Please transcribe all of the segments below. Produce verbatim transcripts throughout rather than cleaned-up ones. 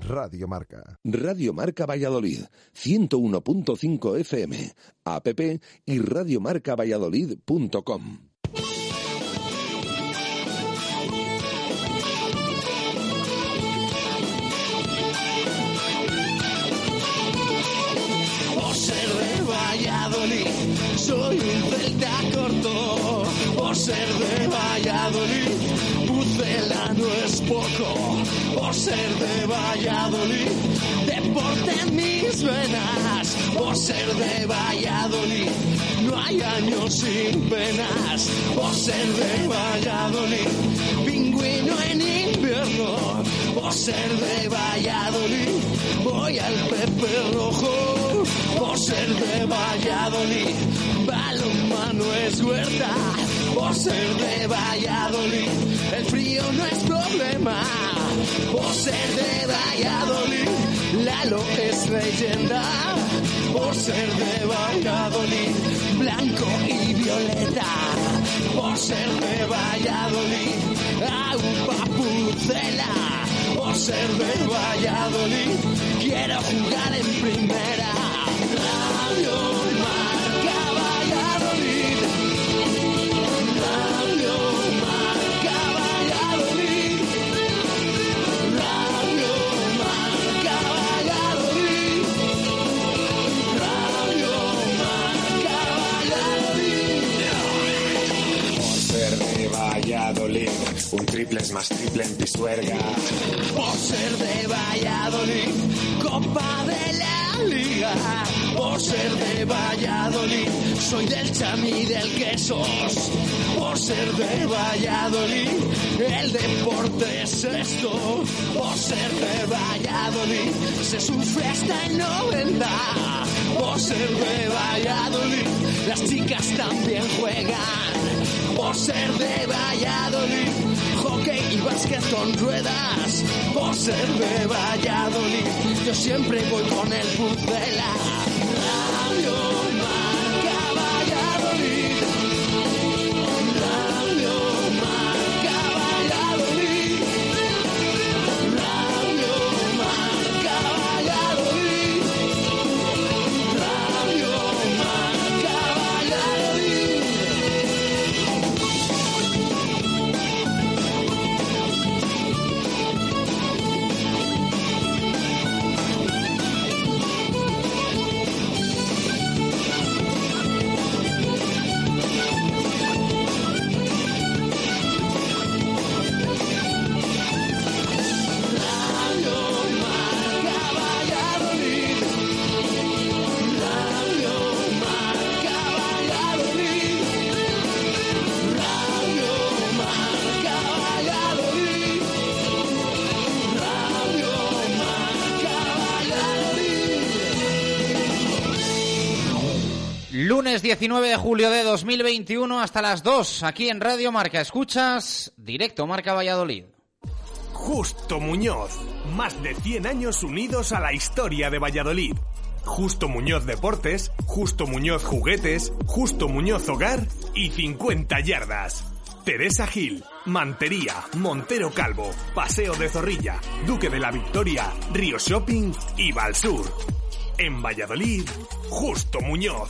Radio Marca. Radio Marca Valladolid, ciento uno punto cinco F M, app y radiomarca valladolid punto com. Por ser de Valladolid, soy un celta corto. Por ser de Valladolid, Pucela no es poco. Por ser de Valladolid, deporte en mis venas. Por ser de Valladolid, no hay años sin penas. Por ser de Valladolid, pingüino en invierno. Por ser de Valladolid, voy al Pepe Rojo. Por ser de Valladolid, balonmano es huerta. Por ser de Valladolid, el frío no es problema. Por ser de Valladolid, Lalo es leyenda. Por ser de Valladolid, blanco y violeta. Por ser de Valladolid, Aupa Pucela. Por ser de Valladolid, quiero jugar en primera. Radio Marca Valladolid. Radio Marca Valladolid. Radio Marca Valladolid. Radio Marca Valladolid. Por ser de Valladolid, un triple es más triple en Pisuerga. Por ser de Valladolid, Copa de la Liga. Por ser de Valladolid, soy del Chami y del Quesos. Por ser de Valladolid, el deporte es esto. Por ser de Valladolid, se sufre hasta el noventa. Por ser de Valladolid, las chicas también juegan. Por ser de Valladolid, hockey y básquet con ruedas. Por ser de Valladolid, yo siempre voy con el Pucela. Radio Marca Valladolid. Radio Marca Valladolid. Radio Marca Valladolid. Radio Marca Valladolid. Lunes diecinueve de julio de dos mil veintiuno, hasta las dos, aquí en Radio Marca. Escuchas Directo Marca Valladolid. Justo Muñoz, más de cien años unidos a la historia de Valladolid. Justo Muñoz Deportes, Justo Muñoz Juguetes, Justo Muñoz Hogar y cincuenta yardas. Teresa Gil, Mantería, Montero Calvo, Paseo de Zorrilla, Duque de la Victoria, Río Shopping y Valsur. En Valladolid, Justo Muñoz.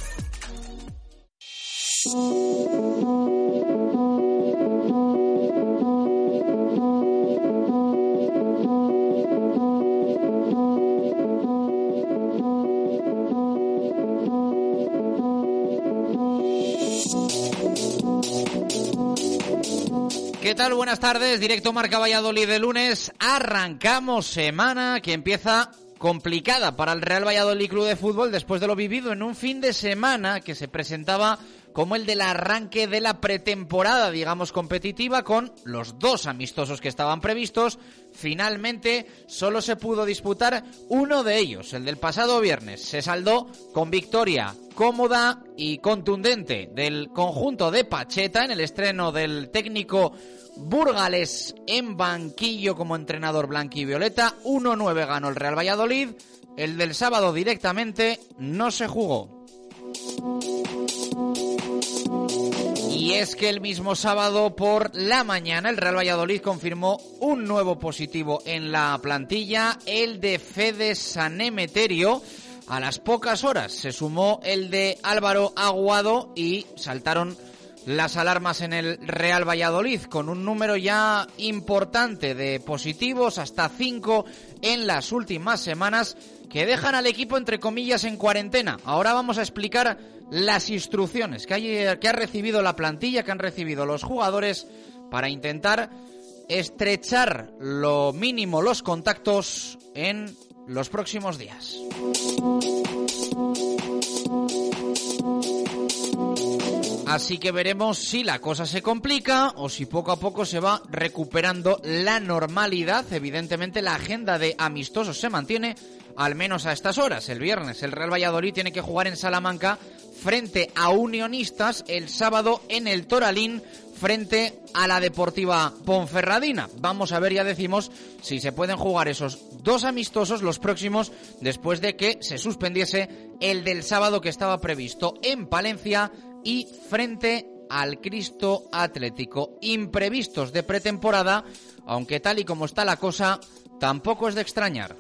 ¿Qué tal? Buenas tardes, Directo Marca Valladolid de lunes. Arrancamos semana que empieza complicada para el Real Valladolid Club de Fútbol después de lo vivido en un fin de semana que se presentaba como el del arranque de la pretemporada, digamos, competitiva, con los dos amistosos que estaban previstos. Finalmente solo se pudo disputar uno de ellos, el del pasado viernes. Se saldó con victoria cómoda y contundente del conjunto de Pacheta en el estreno del técnico burgalés en banquillo como entrenador blanquivioleta. uno nueve ganó el Real Valladolid. El del sábado directamente no se jugó. Y es que el mismo sábado por la mañana el Real Valladolid confirmó un nuevo positivo en la plantilla, el de Fede Sanemeterio. A las pocas horas se sumó el de Álvaro Aguado y saltaron las alarmas en el Real Valladolid, con un número ya importante de positivos, hasta cinco en las últimas semanas, que dejan al equipo, entre comillas, en cuarentena. Ahora vamos a explicar las instrucciones que, hay, que ha recibido la plantilla, que han recibido los jugadores, para intentar estrechar lo mínimo los contactos en los próximos días. Así que veremos si la cosa se complica o si poco a poco se va recuperando la normalidad. Evidentemente la agenda de amistosos se mantiene, al menos a estas horas. El viernes el Real Valladolid tiene que jugar en Salamanca frente a Unionistas, el sábado en el Toralín frente a la Deportiva Ponferradina. Vamos a ver, ya decimos, si se pueden jugar esos dos amistosos los próximos, después de que se suspendiese el del sábado, que estaba previsto en Palencia y frente al Cristo Atlético. Imprevistos de pretemporada, aunque tal y como está la cosa, tampoco es de extrañar.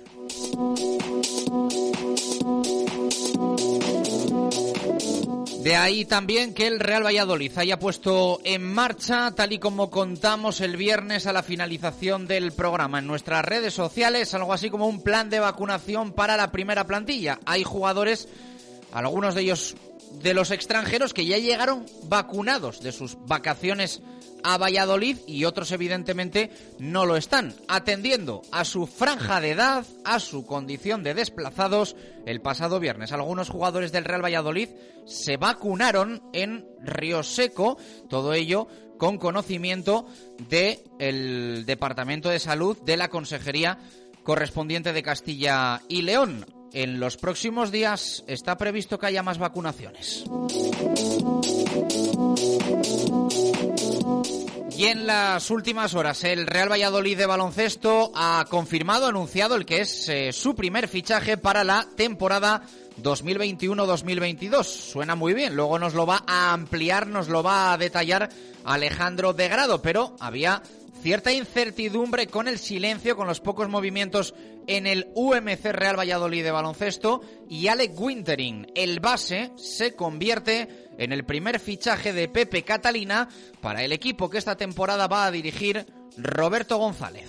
De ahí también que el Real Valladolid haya puesto en marcha, tal y como contamos el viernes a la finalización del programa en nuestras redes sociales, algo así como un plan de vacunación para la primera plantilla. Hay jugadores, algunos de ellos de los extranjeros, que ya llegaron vacunados de sus vacaciones a Valladolid, y otros evidentemente no lo están, atendiendo a su franja de edad, a su condición de desplazados. El pasado viernes algunos jugadores del Real Valladolid se vacunaron en Río Seco, todo ello con conocimiento del Departamento de Salud de la Consejería correspondiente de Castilla y León. En los próximos días está previsto que haya más vacunaciones. Y en las últimas horas el Real Valladolid de baloncesto ha confirmado, anunciado el que es eh, su primer fichaje para la temporada dos mil veintiuno dos mil veintidós. Suena muy bien, luego nos lo va a ampliar, nos lo va a detallar Alejandro de Grado, pero había cierta incertidumbre con el silencio, con los pocos movimientos en el U M C Real Valladolid de baloncesto, y Alec Wintering, el base, se convierte en el primer fichaje de Pepe Catalina para el equipo que esta temporada va a dirigir Roberto González.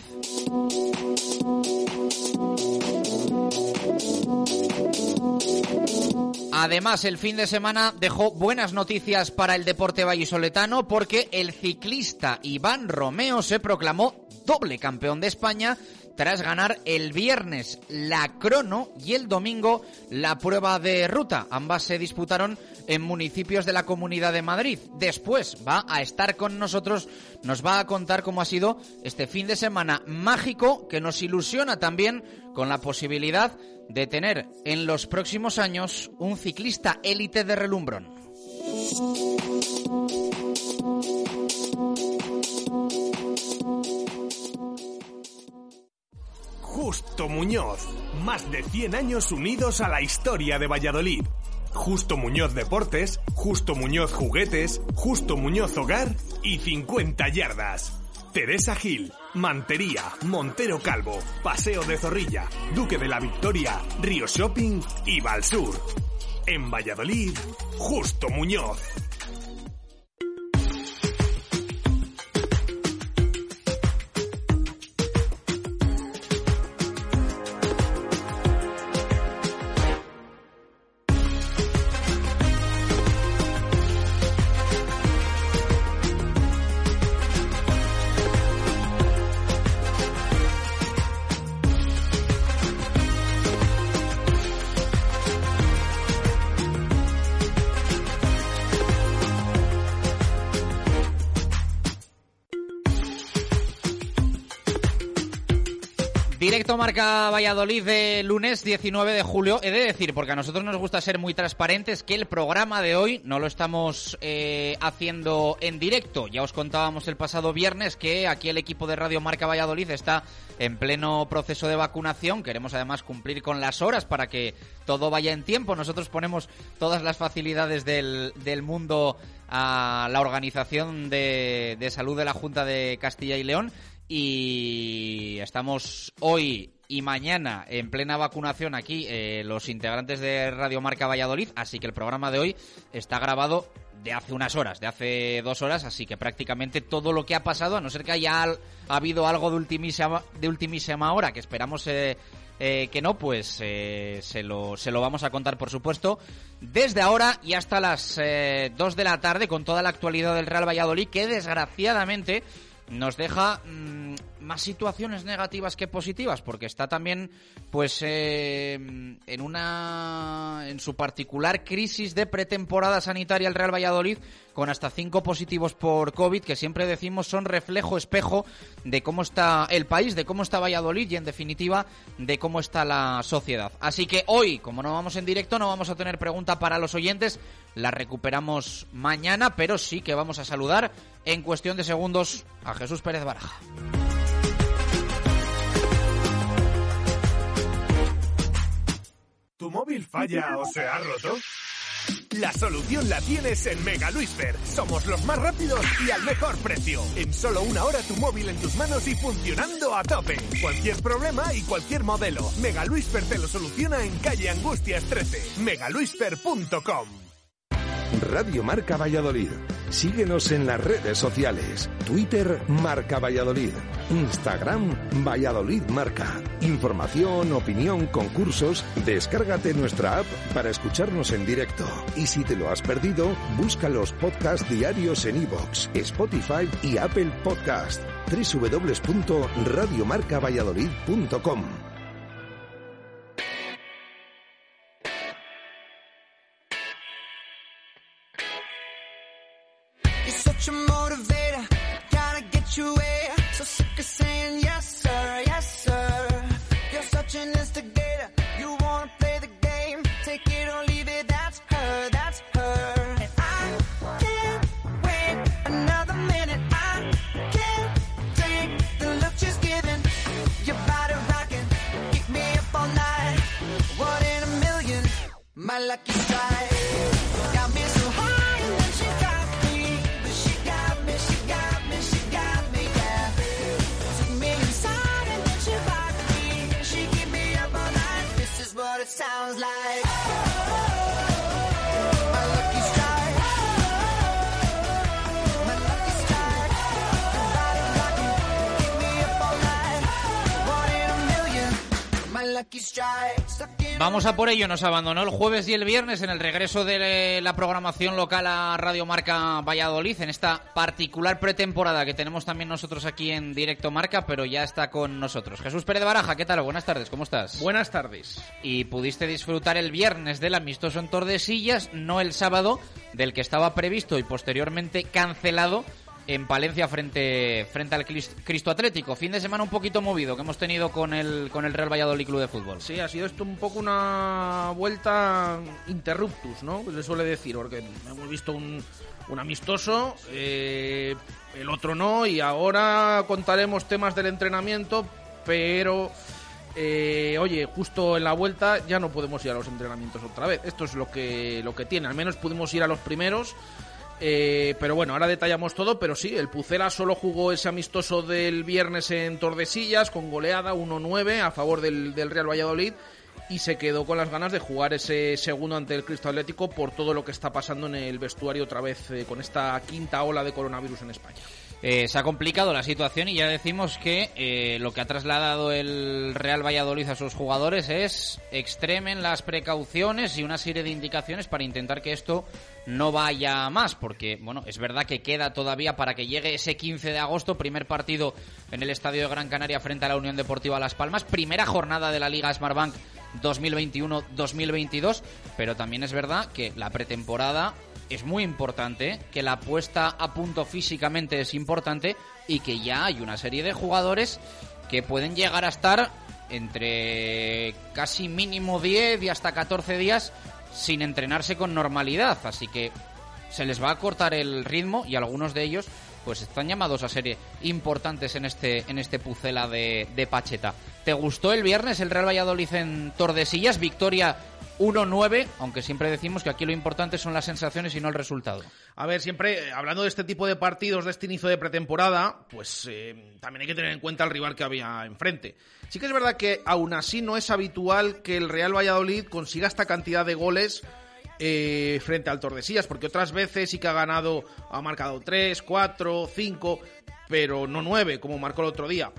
Además, el fin de semana dejó buenas noticias para el deporte vallisoletano, porque el ciclista Iván Romeo se proclamó doble campeón de España tras ganar el viernes la crono y el domingo la prueba de ruta. Ambas se disputaron en municipios de la Comunidad de Madrid. Después va a estar con nosotros, nos va a contar cómo ha sido este fin de semana mágico, que nos ilusiona también con la posibilidad de tener en los próximos años un ciclista élite de relumbrón. Justo Muñoz, más de cien años unidos a la historia de Valladolid. Justo Muñoz Deportes, Justo Muñoz Juguetes, Justo Muñoz Hogar y cincuenta yardas. Teresa Gil, Mantería, Montero Calvo, Paseo de Zorrilla, Duque de la Victoria, Río Shopping y Valsur. En Valladolid, Justo Muñoz. Directo Marca Valladolid de lunes diecinueve de julio. He de decir, porque a nosotros nos gusta ser muy transparentes, que el programa de hoy no lo estamos eh, haciendo en directo. Ya os contábamos el pasado viernes que aquí el equipo de Radio Marca Valladolid está en pleno proceso de vacunación. Queremos además cumplir con las horas para que todo vaya en tiempo. Nosotros ponemos todas las facilidades del, del mundo a la Organización de, de Salud de la Junta de Castilla y León. Y estamos hoy y mañana en plena vacunación aquí eh, los integrantes de Radio Marca Valladolid, así que el programa de hoy está grabado de hace unas horas, de hace dos horas, así que prácticamente todo lo que ha pasado, a no ser que haya ha habido algo de ultimísima, de ultimísima hora, que esperamos eh, eh, que no, pues eh, se, lo, se lo vamos a contar, por supuesto, desde ahora y hasta las eh, dos de la tarde, con toda la actualidad del Real Valladolid, que desgraciadamente nos deja mmm, más situaciones negativas que positivas, porque está también pues eh, en una en su particular crisis de pretemporada sanitaria el Real Valladolid, con hasta cinco positivos por COVID, que siempre decimos son reflejo, espejo de cómo está el país, de cómo está Valladolid y en definitiva de cómo está la sociedad. Así que hoy, como no vamos en directo, no vamos a tener pregunta para los oyentes, la recuperamos mañana, pero sí que vamos a saludar en cuestión de segundos a Jesús Pérez Baraja. ¿Tu móvil falla o se ha roto? La solución la tienes en Mega Luisfer. Somos los más rápidos y al mejor precio. En solo una hora tu móvil en tus manos y funcionando a tope. Cualquier problema y cualquier modelo. Mega Luisfer te lo soluciona en calle Angustias trece. mega luisfer punto com. Radio Marca Valladolid. Síguenos en las redes sociales. Twitter Marca Valladolid. Instagram Valladolid Marca. Información, opinión, concursos. Descárgate nuestra app para escucharnos en directo. Y si te lo has perdido, busca los podcasts diarios en iVoox, Spotify y Apple Podcast. doble u doble u doble u punto radio marca valladolid punto com. Vamos a por ello, nos abandonó el jueves y el viernes en el regreso de la programación local a Radio Marca Valladolid, en esta particular pretemporada que tenemos también nosotros aquí en Directo Marca, pero ya está con nosotros Jesús Pérez Baraja. ¿Qué tal? Buenas tardes, ¿cómo estás? Buenas tardes. Y pudiste disfrutar el viernes del amistoso en Tordesillas, no el sábado, del que estaba previsto y posteriormente cancelado en Palencia frente frente al Cristo Atlético. Fin de semana un poquito movido que hemos tenido con el con el Real Valladolid Club de Fútbol. Sí, ha sido esto un poco una vuelta interruptus, ¿no? Pues se suele decir, porque hemos visto un, un amistoso, eh, el otro no, y ahora contaremos temas del entrenamiento, pero eh, oye, justo en la vuelta ya no podemos ir a los entrenamientos otra vez. Esto es lo que lo que tiene. Al menos pudimos ir a los primeros. Eh, pero bueno, ahora detallamos todo, pero sí, el Pucela solo jugó ese amistoso del viernes en Tordesillas con goleada uno nueve a favor del, del Real Valladolid, y se quedó con las ganas de jugar ese segundo ante el Cristo Atlético por todo lo que está pasando en el vestuario otra vez eh, con esta quinta ola de coronavirus en España. Eh, se ha complicado la situación y ya decimos que eh, lo que ha trasladado el Real Valladolid a sus jugadores es extremen las precauciones y una serie de indicaciones para intentar que esto no vaya más, porque bueno, es verdad que queda todavía para que llegue ese quince de agosto, primer partido en el Estadio de Gran Canaria frente a la Unión Deportiva Las Palmas, primera jornada de la Liga Smartbank dos mil veintiuno dos mil veintidós, pero también es verdad que la pretemporada es muy importante, que la puesta a punto físicamente es importante y que ya hay una serie de jugadores que pueden llegar a estar entre casi mínimo diez y hasta catorce días sin entrenarse con normalidad, así que se les va a cortar el ritmo y algunos de ellos pues están llamados a ser importantes en este en este Pucela de, de Pacheta. ¿Te gustó el viernes el Real Valladolid en Tordesillas? Victoria uno nueve, aunque siempre decimos que aquí lo importante son las sensaciones y no el resultado. A ver, siempre hablando de este tipo de partidos, de este inicio de pretemporada, pues eh, también hay que tener en cuenta el rival que había enfrente. Sí que es verdad que aún así no es habitual que el Real Valladolid consiga esta cantidad de goles eh, frente al Tordesillas, porque otras veces sí que ha ganado, ha marcado tres, cuatro, cinco, pero no nueve, como marcó el otro día.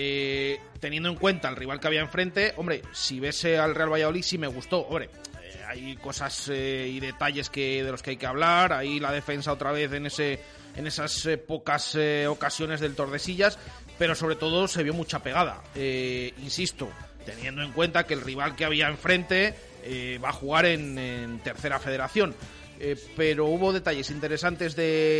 Eh, teniendo en cuenta el rival que había enfrente, hombre, si ves al Real Valladolid sí me gustó, hombre, eh, hay cosas eh, y detalles que de los que hay que hablar, ahí la defensa otra vez en ese en esas eh, pocas eh, ocasiones del Tordesillas, pero sobre todo se vio mucha pegada, eh, insisto, teniendo en cuenta que el rival que había enfrente eh, va a jugar en, en tercera federación. Eh, pero hubo detalles interesantes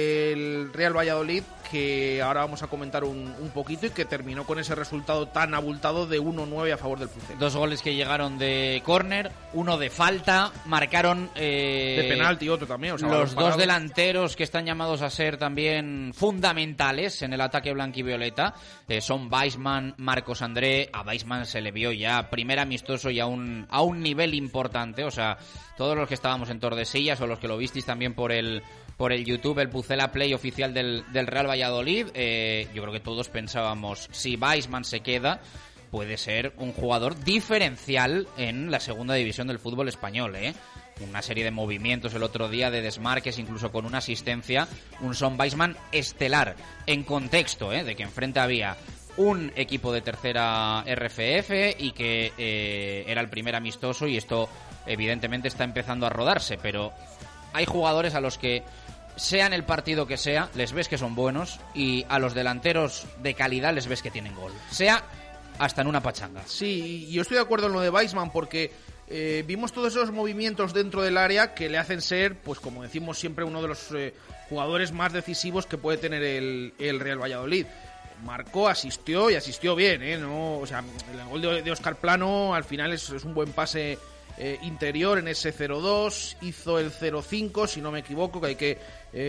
del Real Valladolid que ahora vamos a comentar un, un poquito y que terminó con ese resultado tan abultado de uno nueve a favor del Pucela. Dos goles que llegaron de córner, uno de falta, marcaron eh, de penalti otro también. O sea, los dos delanteros que están llamados a ser también fundamentales en el ataque blanquivioleta. Eh, son Weissman, Marcos André. A Weissman se le vio ya primer amistoso y a un, a un nivel importante, o sea, todos los que estábamos en Tordesillas o los que lo visteis también por el por el YouTube, el Pucela Play oficial del, del Real Valladolid, eh, yo creo que todos pensábamos, si Weissman se queda, puede ser un jugador diferencial en la segunda división del fútbol español, ¿eh? Una serie de movimientos el otro día, de desmarques, incluso con una asistencia, un Son Weissman estelar, en contexto, ¿eh? De que enfrente había un equipo de tercera R F F y que eh, era el primer amistoso, y esto evidentemente está empezando a rodarse, pero hay jugadores a los que, sea en el partido que sea, les ves que son buenos, y a los delanteros de calidad les ves que tienen gol, sea hasta en una pachanga. Sí, y yo estoy de acuerdo en lo de Weissman, porque eh, vimos todos esos movimientos dentro del área que le hacen ser, pues como decimos siempre, uno de los eh, jugadores más decisivos que puede tener el, el Real Valladolid. Marcó, asistió y asistió bien, ¿eh? No, o sea, el gol de, de Óscar Plano al final es, es un buen pase eh, interior en ese cero dos, hizo el cero cinco, si no me equivoco, que hay que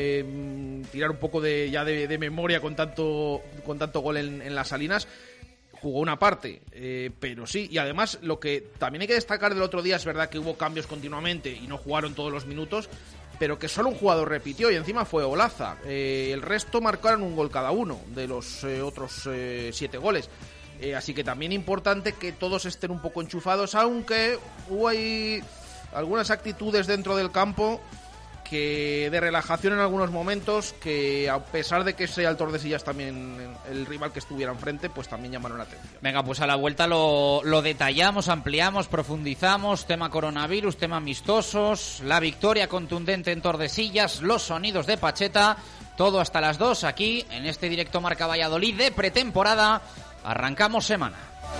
eh, tirar un poco de ya de, de memoria con tanto con tanto gol en, en las Salinas. Jugó una parte, eh, pero sí, y además lo que también hay que destacar del otro día, es verdad que hubo cambios continuamente y no jugaron todos los minutos, pero que solo un jugador repitió y encima fue Olaza. Eh, el resto marcaron un gol cada uno de los eh, otros eh, siete goles. Eh, así que también importante que todos estén un poco enchufados, aunque hubo ahí algunas actitudes dentro del campo que de relajación en algunos momentos, que a pesar de que sea el Tordesillas también el rival que estuviera enfrente, pues también llamaron la atención. Venga, pues a la vuelta lo, lo detallamos, ampliamos, profundizamos, tema coronavirus, tema amistosos, la victoria contundente en Tordesillas, los sonidos de Pacheta, todo hasta las dos aquí en este directo Marca Valladolid de pretemporada. Arrancamos semana.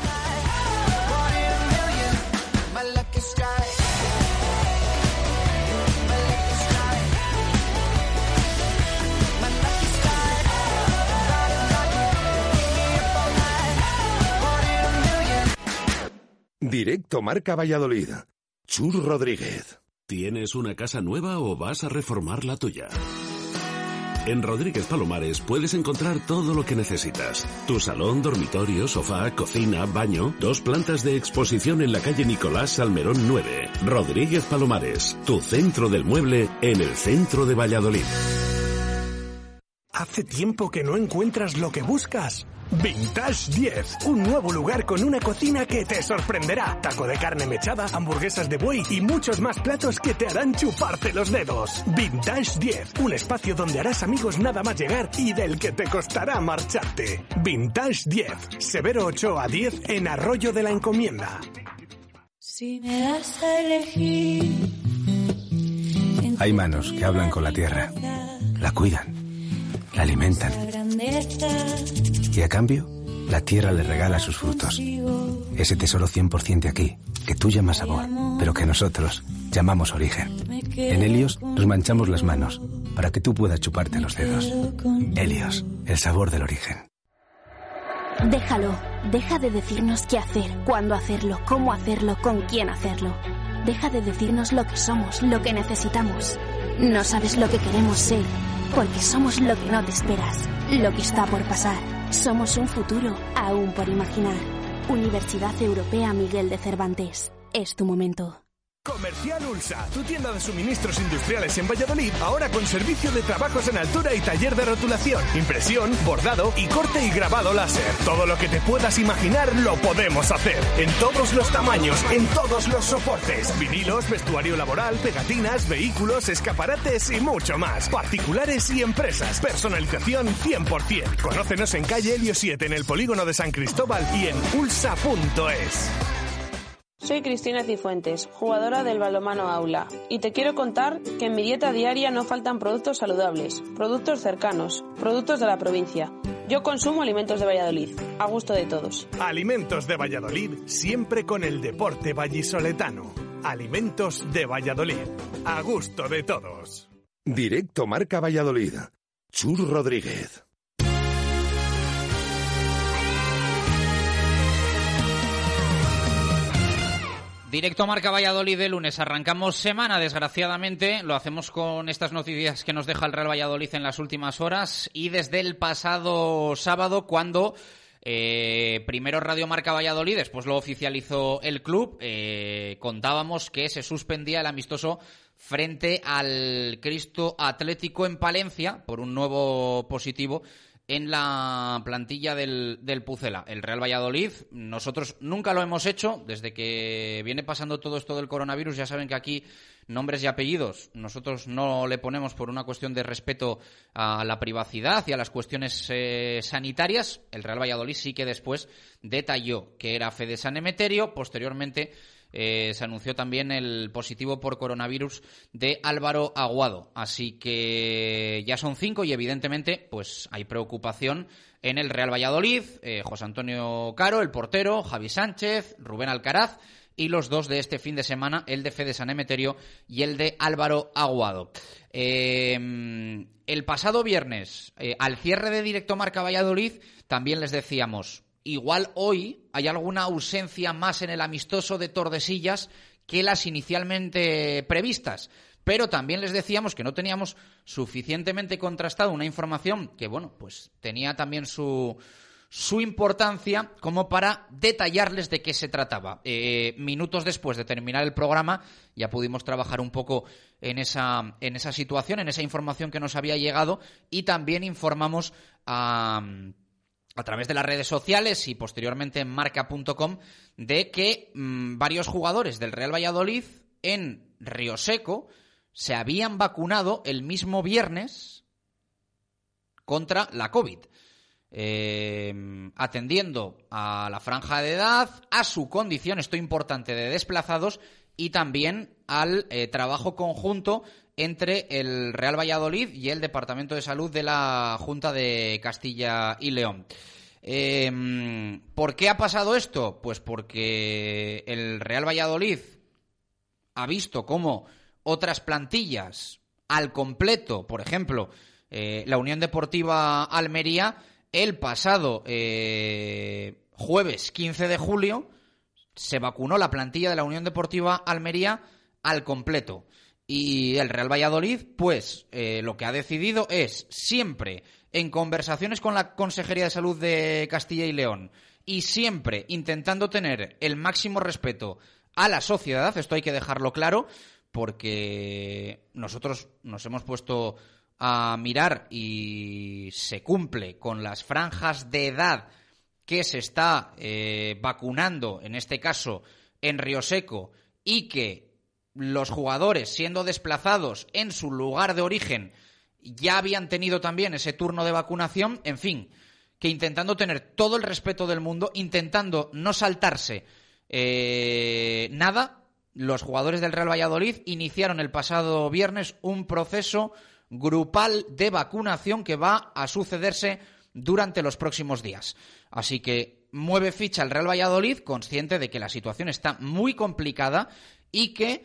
Directo Marca Valladolid. Chus Rodríguez. ¿Tienes una casa nueva o vas a reformar la tuya? En Rodríguez Palomares puedes encontrar todo lo que necesitas. Tu salón, dormitorio, sofá, cocina, baño, dos plantas de exposición en la calle Nicolás Salmerón nueve. Rodríguez Palomares, tu centro del mueble en el centro de Valladolid. ¿Hace tiempo que no encuentras lo que buscas? Vintage diez, un nuevo lugar con una cocina que te sorprenderá. Taco de carne mechada, hamburguesas de buey y muchos más platos que te harán chuparte los dedos. Vintage diez, un espacio donde harás amigos nada más llegar y del que te costará marcharte. Vintage diez, Severo Ochoa diez en Arroyo de la Encomienda. Si me das a elegir, hay manos que hablan con la tierra, la cuidan, la alimentan. Y a cambio, la tierra le regala sus frutos. Ese tesoro cien por ciento de aquí, que tú llamas sabor, pero que nosotros llamamos origen. En Helios nos manchamos las manos para que tú puedas chuparte los dedos. Helios, el sabor del origen. Déjalo. Deja de decirnos qué hacer, cuándo hacerlo, cómo hacerlo, con quién hacerlo. Deja de decirnos lo que somos, lo que necesitamos. No sabes lo que queremos ser, porque somos lo que no te esperas, lo que está por pasar. Somos un futuro aún por imaginar. Universidad Europea Miguel de Cervantes. Es tu momento. Comercial Ulsa, tu tienda de suministros industriales en Valladolid, ahora con servicio de trabajos en altura y taller de rotulación, impresión, bordado y corte y grabado láser. Todo lo que te puedas imaginar lo podemos hacer. En todos los tamaños, en todos los soportes. Vinilos, vestuario laboral, pegatinas, vehículos, escaparates y mucho más. Particulares y empresas. Personalización cien por ciento. Conócenos en calle Helio siete en el polígono de San Cristóbal y en ulsa punto es. Soy Cristina Cifuentes, jugadora del balonmano Aula, y te quiero contar que en mi dieta diaria no faltan productos saludables, productos cercanos, productos de la provincia. Yo consumo alimentos de Valladolid, a gusto de todos. Alimentos de Valladolid, siempre con el deporte vallisoletano. Alimentos de Valladolid, a gusto de todos. Directo Marca Valladolid. Chus Rodríguez. Directo Marca Valladolid de lunes. Arrancamos semana, desgraciadamente. Lo hacemos con estas noticias que nos deja el Real Valladolid en las últimas horas. Y desde el pasado sábado, cuando eh, primero Radio Marca Valladolid, después lo oficializó el club, eh, contábamos que se suspendía el amistoso frente al Cristo Atlético en Palencia por un nuevo positivo en la plantilla del, del Pucela. El Real Valladolid, nosotros nunca lo hemos hecho, desde que viene pasando todo esto del coronavirus. Ya saben que aquí nombres y apellidos nosotros no le ponemos por una cuestión de respeto a la privacidad y a las cuestiones eh, sanitarias. El Real Valladolid sí que después detalló que era fe de San Emeterio. Posteriormente Eh, se anunció también el positivo por coronavirus de Álvaro Aguado. Así que ya son cinco y evidentemente pues hay preocupación en el Real Valladolid. eh, José Antonio Caro, el portero, Javi Sánchez, Rubén Alcaraz y los dos de este fin de semana, el de Fede San Emeterio y el de Álvaro Aguado. Eh, el pasado viernes, eh, al cierre de Directo Marca Valladolid, también les decíamos: igual hoy hay alguna ausencia más en el amistoso de Tordesillas que las inicialmente previstas. Pero también les decíamos que no teníamos suficientemente contrastado una información que, bueno, pues tenía también su, su importancia como para detallarles de qué se trataba. Eh, minutos después de terminar el programa ya pudimos trabajar un poco en esa, en esa situación, en esa información que nos había llegado, y también informamos a... a través de las redes sociales y posteriormente en marca punto com de que mmm, varios jugadores del Real Valladolid en Rioseco se habían vacunado el mismo viernes contra la COVID, eh, atendiendo a la franja de edad, a su condición, esto importante, de desplazados, y también al eh, trabajo conjunto entre el Real Valladolid y el Departamento de Salud de la Junta de Castilla y León. Eh, ¿Por qué ha pasado esto? Pues porque el Real Valladolid ha visto cómo otras plantillas al completo, por ejemplo, eh, la Unión Deportiva Almería, el pasado eh, jueves quince de julio, se vacunó la plantilla de la Unión Deportiva Almería al completo. Y el Real Valladolid, pues, eh, lo que ha decidido es, siempre en conversaciones con la Consejería de Salud de Castilla y León y siempre intentando tener el máximo respeto a la sociedad, esto hay que dejarlo claro, porque nosotros nos hemos puesto a mirar y se cumple con las franjas de edad que se está eh, vacunando, en este caso en Rioseco, y que los jugadores, siendo desplazados en su lugar de origen, ya habían tenido también ese turno de vacunación. En fin, que intentando tener todo el respeto del mundo, intentando no saltarse eh, nada, los jugadores del Real Valladolid iniciaron el pasado viernes un proceso grupal de vacunación que va a sucederse durante los próximos días. Así que mueve ficha el Real Valladolid, consciente de que la situación está muy complicada y que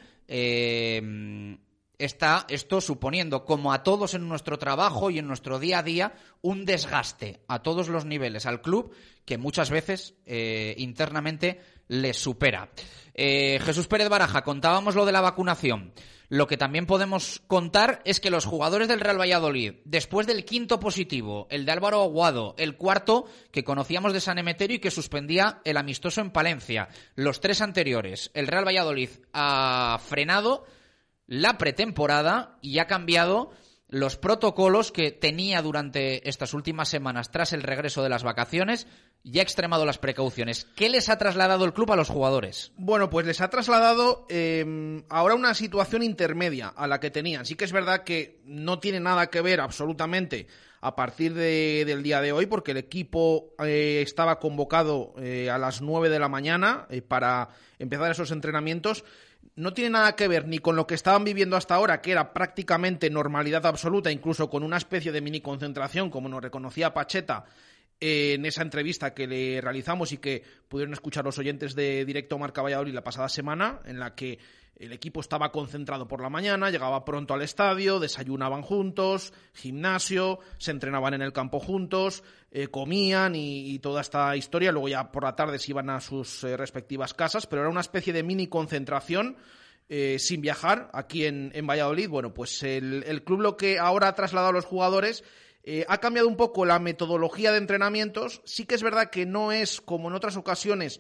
eh, está esto suponiendo, como a todos en nuestro trabajo y en nuestro día a día, un desgaste a todos los niveles al club que muchas veces eh, internamente les supera. Eh, Jesús Pérez Baraja, contábamos lo de la vacunación. Lo que también podemos contar es que los jugadores del Real Valladolid, después del quinto positivo, el de Álvaro Aguado, el cuarto que conocíamos de San Emeterio y que suspendía el amistoso en Palencia, los tres anteriores, el Real Valladolid ha frenado la pretemporada y ha cambiado los protocolos que tenía durante estas últimas semanas tras el regreso de las vacaciones y ha extremado las precauciones. ¿Qué les ha trasladado el club a los jugadores? Bueno, pues les ha trasladado eh, ahora una situación intermedia a la que tenían. Sí que es verdad que no tiene nada que ver absolutamente a partir de, del día de hoy, porque el equipo eh, estaba convocado eh, a las nueve de la mañana eh, para empezar esos entrenamientos. No tiene nada que ver ni con lo que estaban viviendo hasta ahora, que era prácticamente normalidad absoluta, incluso con una especie de mini concentración, como nos reconocía Pacheta eh, en esa entrevista que le realizamos y que pudieron escuchar los oyentes de Directo Marca Valladolid la pasada semana, en la que el equipo estaba concentrado por la mañana, llegaba pronto al estadio, desayunaban juntos, gimnasio, se entrenaban en el campo juntos, eh, comían y, y toda esta historia. Luego ya por la tarde se iban a sus eh, respectivas casas, pero era una especie de mini concentración eh, sin viajar aquí en, en Valladolid. Bueno, pues el, el club lo que ahora ha trasladado a los jugadores eh, ha cambiado un poco la metodología de entrenamientos. Sí que es verdad que no es como en otras ocasiones,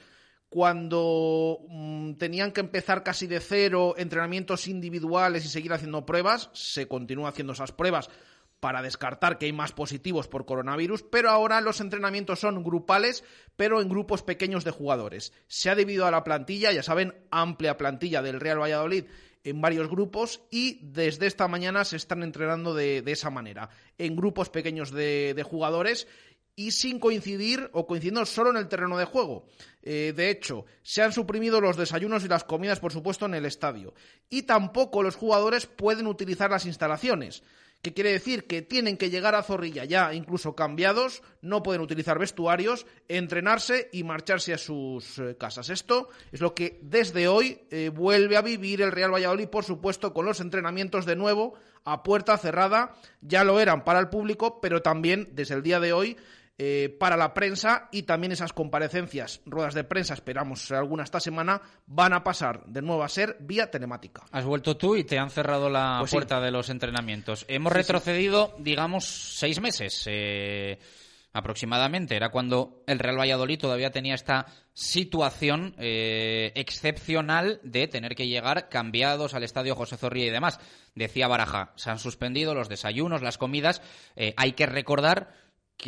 cuando mmm, tenían que empezar casi de cero, entrenamientos individuales y seguir haciendo pruebas. Se continúa haciendo esas pruebas para descartar que hay más positivos por coronavirus, pero ahora los entrenamientos son grupales, pero en grupos pequeños de jugadores. Se ha dividido a la plantilla, ya saben, amplia plantilla del Real Valladolid, en varios grupos, y desde esta mañana se están entrenando de, de esa manera, en grupos pequeños de, de jugadores, y sin coincidir o coincidiendo solo en el terreno de juego. Eh, de hecho, se han suprimido los desayunos y las comidas, por supuesto, en el estadio. Y tampoco los jugadores pueden utilizar las instalaciones. ¿Qué quiere decir? Que tienen que llegar a Zorrilla ya incluso cambiados, no pueden utilizar vestuarios, entrenarse y marcharse a sus eh, casas. Esto es lo que desde hoy eh, vuelve a vivir el Real Valladolid, por supuesto, con los entrenamientos de nuevo a puerta cerrada. Ya lo eran para el público, pero también desde el día de hoy Eh, para la prensa, y también esas comparecencias, ruedas de prensa, esperamos alguna esta semana, van a pasar de nuevo a ser vía telemática. Has vuelto tú y te han cerrado la pues puerta sí. de los entrenamientos. Hemos sí, retrocedido, sí. digamos, seis meses eh, aproximadamente. Era cuando el Real Valladolid todavía tenía esta situación eh, excepcional de tener que llegar cambiados al estadio José Zorrilla y demás. Decía Baraja, se han suspendido los desayunos, las comidas. Eh, hay que recordar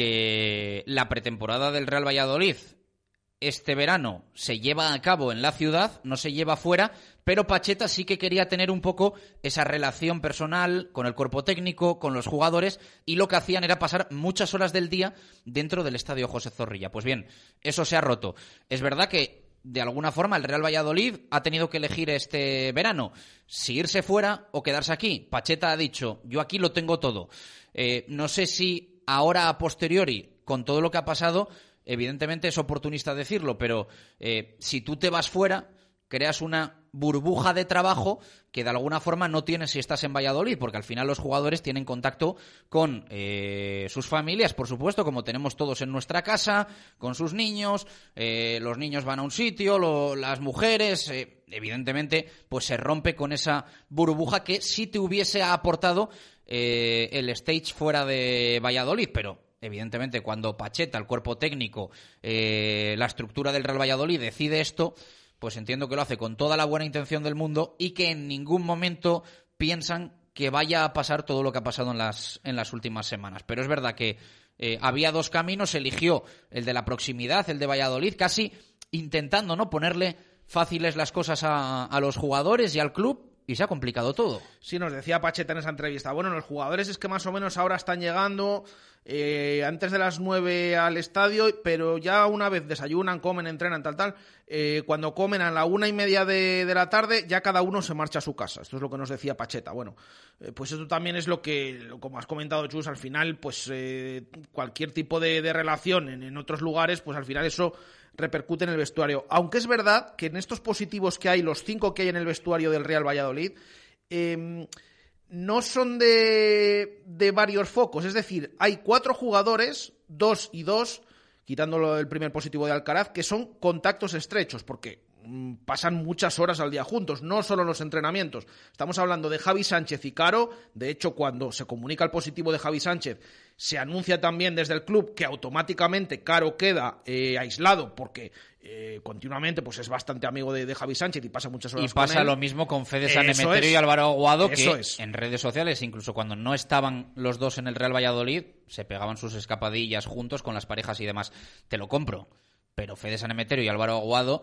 que la pretemporada del Real Valladolid este verano se lleva a cabo en la ciudad, no se lleva fuera, pero Pacheta sí que quería tener un poco esa relación personal con el cuerpo técnico, con los jugadores, y lo que hacían era pasar muchas horas del día dentro del estadio José Zorrilla. Pues bien, eso se ha roto. Es verdad que de alguna forma el Real Valladolid ha tenido que elegir este verano si irse fuera o quedarse aquí. Pacheta ha dicho, yo aquí lo tengo todo. Eh, no sé si ahora, a posteriori, con todo lo que ha pasado, evidentemente es oportunista decirlo, pero eh, si tú te vas fuera, creas una burbuja de trabajo que de alguna forma no tienes si estás en Valladolid, porque al final los jugadores tienen contacto con eh, sus familias, por supuesto, como tenemos todos en nuestra casa, con sus niños, eh, los niños van a un sitio, lo, las mujeres, eh, evidentemente, pues se rompe con esa burbuja que sí te hubiese aportado eh, el stage fuera de Valladolid, pero evidentemente cuando Pacheta, el cuerpo técnico, eh, la estructura del Real Valladolid decide esto, pues entiendo que lo hace con toda la buena intención del mundo y que en ningún momento piensan que vaya a pasar todo lo que ha pasado en las, en las últimas semanas. Pero es verdad que eh, había dos caminos, eligió el de la proximidad, el de Valladolid, casi intentando no ponerle fáciles las cosas a, a los jugadores y al club, y se ha complicado todo. Sí, nos decía Pacheta en esa entrevista, bueno, los jugadores es que más o menos ahora están llegando eh, antes de las nueve al estadio, pero ya una vez desayunan, comen, entrenan, tal, tal, eh, cuando comen a la una y media de, de la tarde, ya cada uno se marcha a su casa. Esto es lo que nos decía Pacheta. Bueno, eh, pues esto también es lo que, como has comentado, Chus, al final, pues eh, cualquier tipo de, de relación en, en otros lugares, pues al final eso repercute en el vestuario. Aunque es verdad que en estos positivos que hay, los cinco que hay en el vestuario del Real Valladolid, eh, no son de, de varios focos. Es decir, hay cuatro jugadores, dos y dos, quitándolo el primer positivo de Alcaraz, que son contactos estrechos, porque mmm, pasan muchas horas al día juntos, no solo en los entrenamientos. Estamos hablando de Javi Sánchez y Caro. De hecho, cuando se comunica el positivo de Javi Sánchez, se anuncia también desde el club que automáticamente Caro queda eh, aislado, porque eh, continuamente pues es bastante amigo de, de Javi Sánchez y pasa muchas horas y pasa con él. Lo mismo con Fede San Eso Emeterio es. y Álvaro Aguado, Eso que es. en redes sociales, incluso cuando no estaban los dos en el Real Valladolid, se pegaban sus escapadillas juntos con las parejas y demás. Te lo compro, pero Fede San Emeterio y Álvaro Aguado,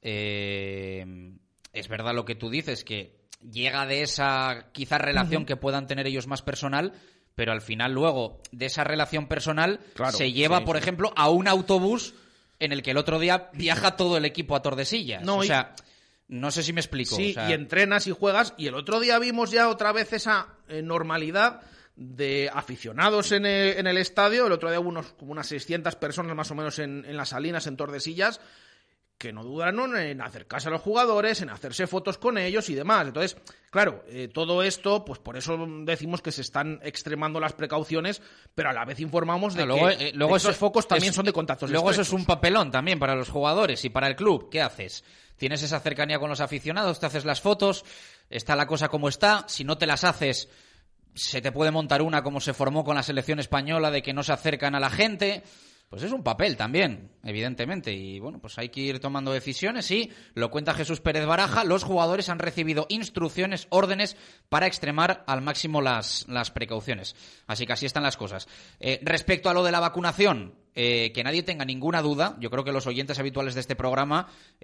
eh, es verdad lo que tú dices, que llega de esa quizás relación uh-huh. que puedan tener ellos más personal, pero al final luego de esa relación personal claro, se lleva, sí, por sí. ejemplo, a un autobús en el que el otro día viaja todo el equipo a Tordesillas. No, o sea, y... no sé si me explico. Sí, o sea... y entrenas y juegas, y el otro día vimos ya otra vez esa eh, normalidad de aficionados en el, en el estadio. El otro día hubo unos, como unas seiscientas personas más o menos en, en las Salinas, en Tordesillas, que no dudaron en acercarse a los jugadores, en hacerse fotos con ellos y demás. Entonces, claro, eh, todo esto, pues por eso decimos que se están extremando las precauciones, pero a la vez informamos de luego, que eh, luego estos eso, focos también es, son de contactos Luego estrechos. Eso es un papelón también para los jugadores y para el club. ¿Qué haces? Tienes esa cercanía con los aficionados, te haces las fotos, está la cosa como está. Si no te las haces, se te puede montar una como se formó con la selección española de que no se acercan a la gente. Pues es un papel también, evidentemente, y bueno, pues hay que ir tomando decisiones y lo cuenta Jesús Pérez Baraja, los jugadores han recibido instrucciones, órdenes para extremar al máximo las, las precauciones. Así que así están las cosas. Eh, respecto a lo de la vacunación, eh, que nadie tenga ninguna duda, yo creo que los oyentes habituales de este programa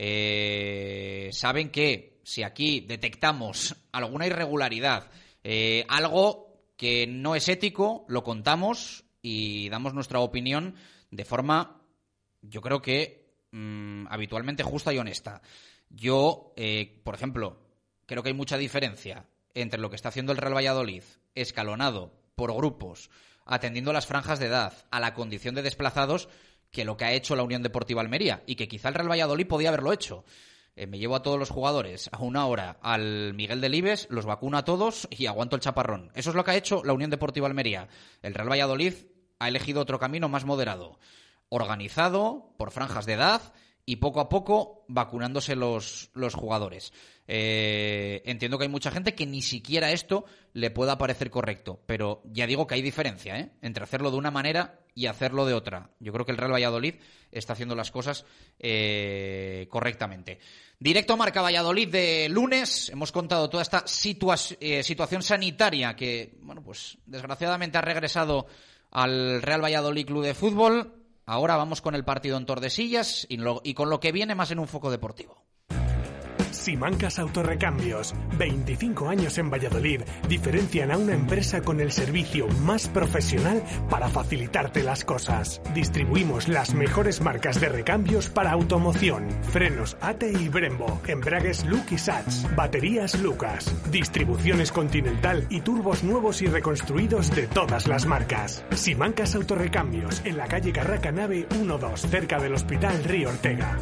eh, saben que si aquí detectamos alguna irregularidad, eh, algo que no es ético, lo contamos y damos nuestra opinión de forma, yo creo que mmm, habitualmente justa y honesta. Yo, eh, por ejemplo, creo que hay mucha diferencia entre lo que está haciendo el Real Valladolid, escalonado por grupos, atendiendo a las franjas de edad, a la condición de desplazados, que lo que ha hecho la Unión Deportiva Almería, y que quizá el Real Valladolid podía haberlo hecho. Eh, me llevo a todos los jugadores a una hora al Miguel Delibes, los vacuno a todos y aguanto el chaparrón. Eso es lo que ha hecho la Unión Deportiva Almería. El Real Valladolid ha elegido otro camino más moderado, organizado por franjas de edad y poco a poco vacunándose los, los jugadores. Eh, entiendo que hay mucha gente que ni siquiera esto le pueda parecer correcto, pero ya digo que hay diferencia, ¿eh? entre hacerlo de una manera y hacerlo de otra. Yo creo que el Real Valladolid está haciendo las cosas eh, correctamente. Directo Marca Valladolid de lunes. Hemos contado toda esta situa- eh, situación sanitaria que, bueno, pues desgraciadamente ha regresado al Real Valladolid Club de Fútbol. Ahora vamos con el partido en Tordesillas y, lo, y con lo que viene más en un foco deportivo. Simancas Autorrecambios, veinticinco años en Valladolid, diferencian a una empresa con el servicio más profesional para facilitarte las cosas. Distribuimos las mejores marcas de recambios para automoción, frenos A T y Brembo, embragues Luke y Sachs, baterías Lucas, distribuciones Continental y turbos nuevos y reconstruidos de todas las marcas. Simancas Autorrecambios, en la calle Carraca Nave uno dos, cerca del Hospital Río Ortega.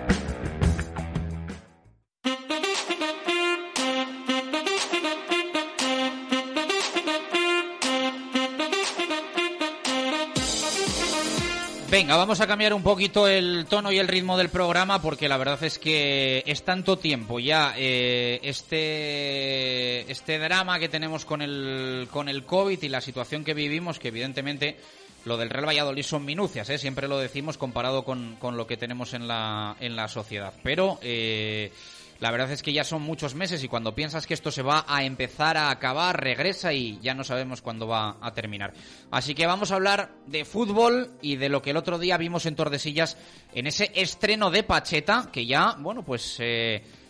Venga, vamos a cambiar un poquito el tono y el ritmo del programa porque la verdad es que es tanto tiempo ya eh, este este drama que tenemos con el con el COVID y la situación que vivimos, que evidentemente lo del Real Valladolid son minucias, ¿eh? Siempre lo decimos comparado con, con lo que tenemos en la en la sociedad, pero eh, la verdad es que ya son muchos meses y cuando piensas que esto se va a empezar a acabar, regresa y ya no sabemos cuándo va a terminar. Así que vamos a hablar de fútbol y de lo que el otro día vimos en Tordesillas en ese estreno de Pacheta, que ya, bueno, pues eh,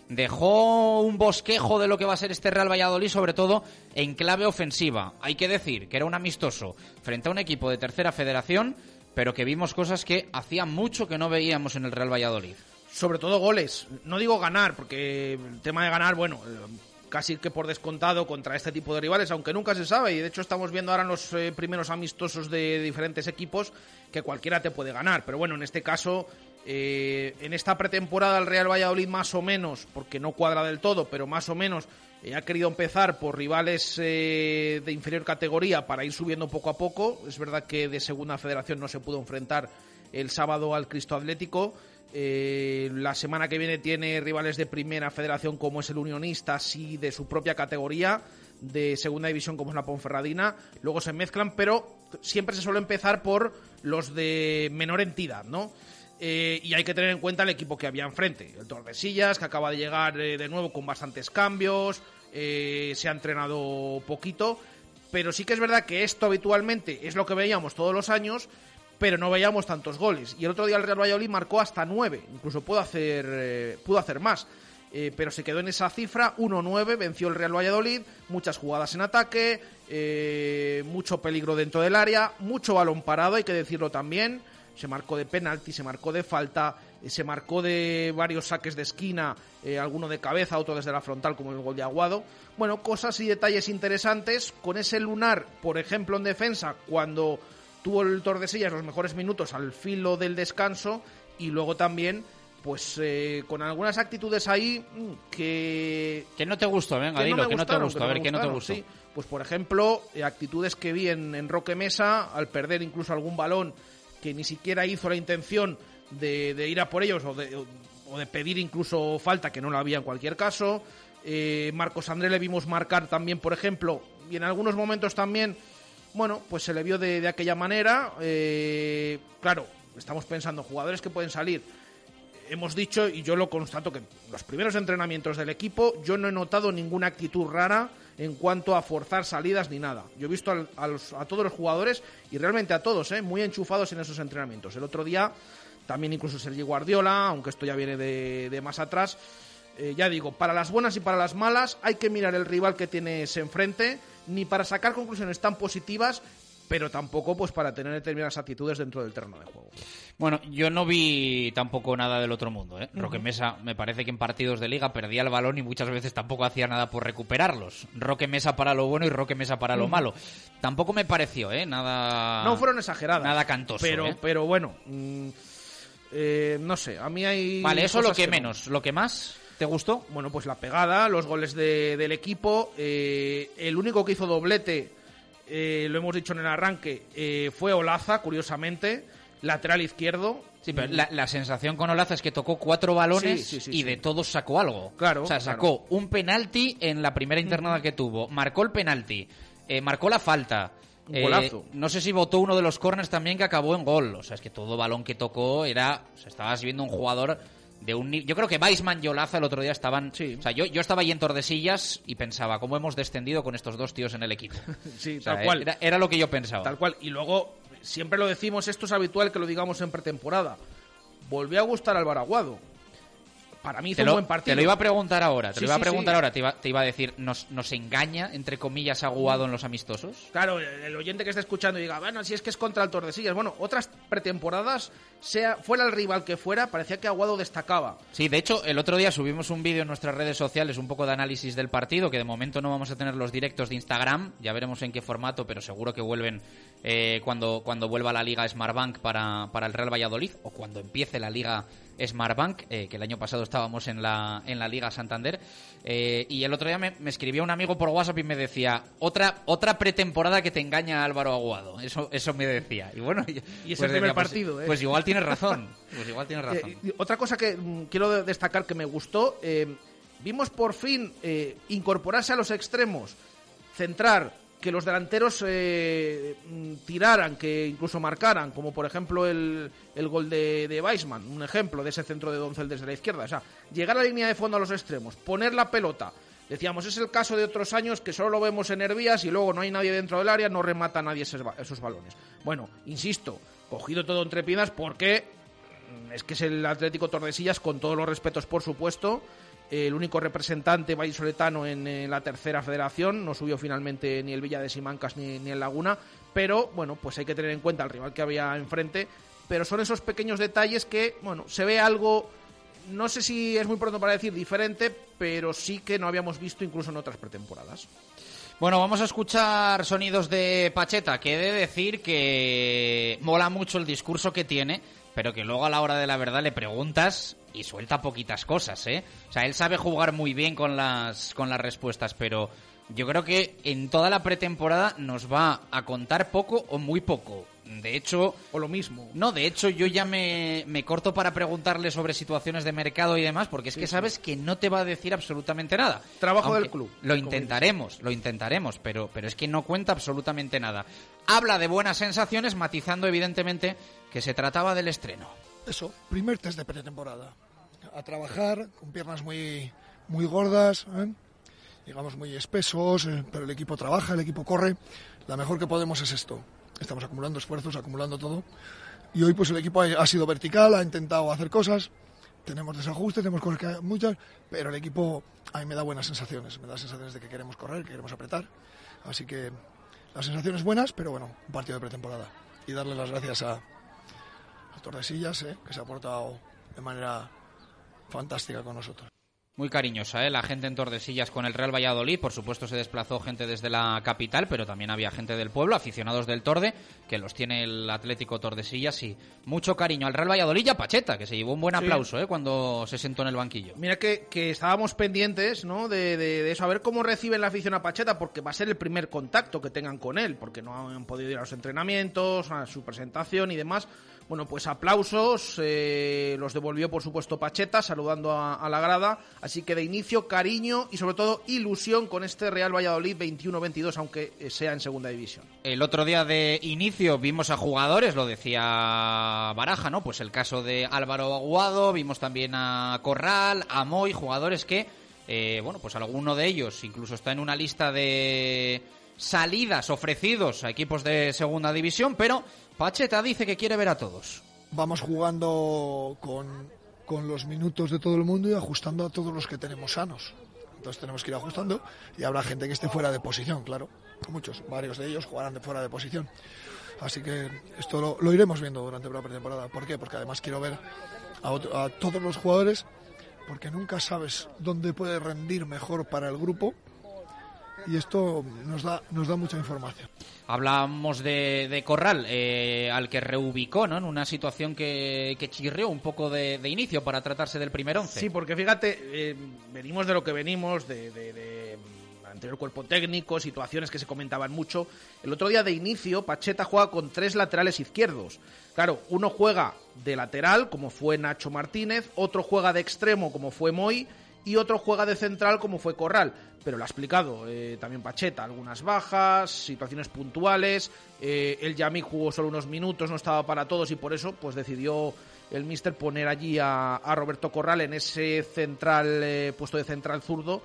dejó un bosquejo de lo que va a ser este Real Valladolid, sobre todo en clave ofensiva. Hay que decir que era un amistoso frente a un equipo de tercera federación, pero que vimos cosas que hacía mucho que no veíamos en el Real Valladolid. Sobre todo goles. No digo ganar, porque el tema de ganar, bueno, casi que por descontado contra este tipo de rivales, aunque nunca se sabe, y de hecho estamos viendo ahora en los eh, primeros amistosos de diferentes equipos que cualquiera te puede ganar, pero bueno, en este caso, eh, en esta pretemporada el Real Valladolid más o menos, porque no cuadra del todo, pero más o menos eh, ha querido empezar por rivales eh, de inferior categoría para ir subiendo poco a poco. Es verdad que de segunda federación no se pudo enfrentar el sábado al Cristo Atlético. Eh, la semana que viene tiene rivales de primera federación como es el Unionistas y de su propia categoría de segunda división como es la Ponferradina. Luego se mezclan, pero siempre se suele empezar por los de menor entidad, ¿no? Eh, y hay que tener en cuenta el equipo que había enfrente. El Tordesillas, que acaba de llegar eh, de nuevo con bastantes cambios, eh, se ha entrenado poquito, pero sí que es verdad que esto habitualmente es lo que veíamos todos los años, pero no veíamos tantos goles. Y el otro día el Real Valladolid marcó hasta nueve, incluso pudo hacer, eh, pudo hacer más. Eh, pero se quedó en esa cifra, uno nueve, venció el Real Valladolid, muchas jugadas en ataque, eh, mucho peligro dentro del área, mucho balón parado, hay que decirlo también. Se marcó de penalti, se marcó de falta, eh, se marcó de varios saques de esquina, eh, alguno de cabeza, otro desde la frontal, como el gol de Aguado. Bueno, cosas y detalles interesantes, con ese lunar, por ejemplo, en defensa, cuando tuvo el Tordesillas los mejores minutos al filo del descanso, y luego también pues eh, con algunas actitudes ahí que... Que no te gustó, venga, que dilo, no que no te gustó, a ver, que no te gustó. Sí. Pues por ejemplo, eh, actitudes que vi en, en Roque Mesa, al perder incluso algún balón que ni siquiera hizo la intención de, de ir a por ellos o de, o de pedir incluso falta, que no la había en cualquier caso. Eh, Marcos André le vimos marcar también, por ejemplo, y en algunos momentos también, bueno, pues se le vio de, de aquella manera. Eh, claro, estamos pensando, jugadores que pueden salir. Hemos dicho, y yo lo constato, que en los primeros entrenamientos del equipo yo no he notado ninguna actitud rara en cuanto a forzar salidas ni nada. Yo he visto a, a, los, a todos los jugadores, y realmente a todos, ¿eh? muy enchufados en esos entrenamientos. El otro día también incluso Sergi Guardiola, aunque esto ya viene de, de más atrás. Eh, ya digo, para las buenas y para las malas hay que mirar el rival que tienes enfrente, ni para sacar conclusiones tan positivas, pero tampoco pues para tener determinadas actitudes dentro del terreno de juego. Bueno, yo no vi tampoco nada del otro mundo, ¿eh? Uh-huh. Roque Mesa me parece que en partidos de liga perdía el balón y muchas veces tampoco hacía nada por recuperarlos. Roque Mesa para lo bueno y Roque Mesa para uh-huh. lo malo. Tampoco me pareció, ¿eh? Nada... No fueron exageradas. Nada cantoso, pero, ¿eh? Pero bueno, mmm, eh, no sé, a mí hay... Vale, eso lo que, que menos. No. ¿Lo que más te gustó? Bueno, pues la pegada, los goles de, del equipo. Eh, el único que hizo doblete... Eh, lo hemos dicho en el arranque, eh, fue Olaza, curiosamente, lateral izquierdo. Sí, pero la, la sensación con Olaza es que tocó cuatro balones sí, sí, sí, y sí. de todos sacó algo. Claro. O sea, sacó claro. un penalti en la primera internada uh-huh. que tuvo, marcó el penalti, eh, marcó la falta. Un golazo. Eh, no sé si votó uno de los corners también que acabó en gol. O sea, es que todo balón que tocó era... O sea, estabas viendo un jugador... De un, yo creo que Weissman y Olaza el otro día estaban... Sí. O sea, yo, yo estaba ahí en Tordesillas y pensaba, ¿cómo hemos descendido con estos dos tíos en el equipo? Sí, o sea, tal cual. Era, era lo que yo pensaba. Tal cual. Y luego, siempre lo decimos, esto es habitual que lo digamos en pretemporada. Volvió a gustar Álvaro Aguado. Para mí hizo lo, un buen partido. Te lo iba a preguntar ahora, te sí, lo iba a sí, preguntar sí. ahora, te iba, te iba a decir, ¿nos, ¿nos engaña, entre comillas, Aguado en los amistosos? Claro, el oyente que esté escuchando y diga, bueno, si es que es contra el Tordesillas. Bueno, otras pretemporadas, sea fuera el rival que fuera, parecía que Aguado destacaba. Sí, de hecho, el otro día subimos un vídeo en nuestras redes sociales, un poco de análisis del partido, que de momento no vamos a tener los directos de Instagram, ya veremos en qué formato, pero seguro que vuelven eh, cuando, cuando vuelva la Liga Smartbank para, para el Real Valladolid, o cuando empiece la Liga Smartbank, eh, que el año pasado estábamos en la, en la Liga Santander, eh, y el otro día me, me escribió un amigo por WhatsApp y me decía, otra otra pretemporada que te engaña Álvaro Aguado, eso eso me decía, y bueno, y es pues el primer decía, pues, partido, ¿eh? Pues igual tienes razón, pues igual tienes razón. Eh, otra cosa que mm, quiero destacar que me gustó, eh, vimos por fin eh, incorporarse a los extremos, centrar, que los delanteros eh, tiraran, que incluso marcaran, como por ejemplo el, el gol de, de Weissman, un ejemplo de ese centro de Doncel desde la izquierda. O sea, llegar a la línea de fondo a los extremos, poner la pelota. Decíamos, es el caso de otros años que solo lo vemos en Hervías y luego no hay nadie dentro del área, no remata nadie esos, esos balones. Bueno, insisto, cogido todo entre piernas porque es que es el Atlético Tordesillas, con todos los respetos por supuesto, el único representante vallisoletano en, en la tercera federación. No subió finalmente ni el Villa de Simancas ni, ni el Laguna, pero bueno, pues hay que tener en cuenta el rival que había enfrente. Pero son esos pequeños detalles que, bueno, se ve algo, no sé si es muy pronto para decir diferente, pero sí que no habíamos visto incluso en otras pretemporadas. Bueno, vamos a escuchar sonidos de Pacheta, que he de decir que mola mucho el discurso que tiene, pero que luego a la hora de la verdad le preguntas y suelta poquitas cosas, ¿eh? O sea, él sabe jugar muy bien con las, con las respuestas, pero yo creo que en toda la pretemporada nos va a contar poco o muy poco. De hecho... O lo mismo. No, de hecho yo ya me, me corto para preguntarle sobre situaciones de mercado y demás, porque es sí, que sabes sí. que no te va a decir absolutamente nada. Trabajo Aunque del club. Lo intentaremos, lo intentaremos, pero, pero es que no cuenta absolutamente nada. Habla de buenas sensaciones, matizando evidentemente que se trataba del estreno. Eso, primer test de pretemporada. A trabajar, con piernas muy, muy gordas, ¿eh? digamos muy espesos, eh, pero el equipo trabaja, el equipo corre. La mejor que podemos es esto. Estamos acumulando esfuerzos, acumulando todo. Y hoy pues el equipo ha, ha sido vertical, ha intentado hacer cosas. Tenemos desajustes, tenemos cosas que hay muchas, pero el equipo a mí me da buenas sensaciones. Me da sensaciones de que queremos correr, que queremos apretar. Así que las sensaciones buenas, pero bueno, un partido de pretemporada. Y darle las gracias a, a Tordesillas, eh, que se ha portado de manera fantástica con nosotros. Muy cariñosa, ¿eh? La gente en Tordesillas con el Real Valladolid. Por supuesto se desplazó gente desde la capital, pero también había gente del pueblo, aficionados del Torde, que los tiene el Atlético Tordesillas, y mucho cariño al Real Valladolid y a Pacheta, que se llevó un buen aplauso, sí. ¿eh? Cuando se sentó en el banquillo. Mira que, que estábamos pendientes, ¿no? de, de, de eso, a ver cómo reciben la afición a Pacheta, porque va a ser el primer contacto que tengan con él, porque no han podido ir a los entrenamientos, a su presentación y demás. Bueno, pues aplausos, eh, los devolvió por supuesto Pacheta, saludando a, a la grada, así que de inicio cariño y sobre todo ilusión con este Real Valladolid veintiuno veintidós, aunque sea en segunda división. El otro día de inicio vimos a jugadores, lo decía Baraja, ¿no? Pues el caso de Álvaro Aguado, vimos también a Corral, a Moy, jugadores que, eh, bueno, pues alguno de ellos incluso está en una lista de salidas ofrecidos a equipos de segunda división, pero Pacheta dice que quiere ver a todos. Vamos jugando con, con los minutos de todo el mundo y ajustando a todos los que tenemos sanos. Entonces tenemos que ir ajustando y habrá gente que esté fuera de posición, claro. Muchos, varios de ellos jugarán de fuera de posición. Así que esto lo, lo iremos viendo durante la pretemporada. ¿Por qué? Porque además quiero ver a, otro, a todos los jugadores, porque nunca sabes dónde puede rendir mejor para el grupo. Y esto nos da nos da mucha información. Hablábamos de, de Corral, eh, al que reubicó, ¿no? En una situación que, que chirrió un poco de, de inicio para tratarse del primer once. Sí, porque fíjate, eh, venimos de lo que venimos, de, de, de anterior cuerpo técnico, situaciones que se comentaban mucho. El otro día de inicio, Pacheta juega con tres laterales izquierdos. Claro, uno juega de lateral, como fue Nacho Martínez, otro juega de extremo, como fue Moy, y otro juega de central como fue Corral, pero lo ha explicado eh, también Pacheta, algunas bajas, situaciones puntuales, eh, el Yami jugó solo unos minutos, no estaba para todos y por eso pues decidió el míster poner allí a, a Roberto Corral en ese central eh, puesto de central zurdo,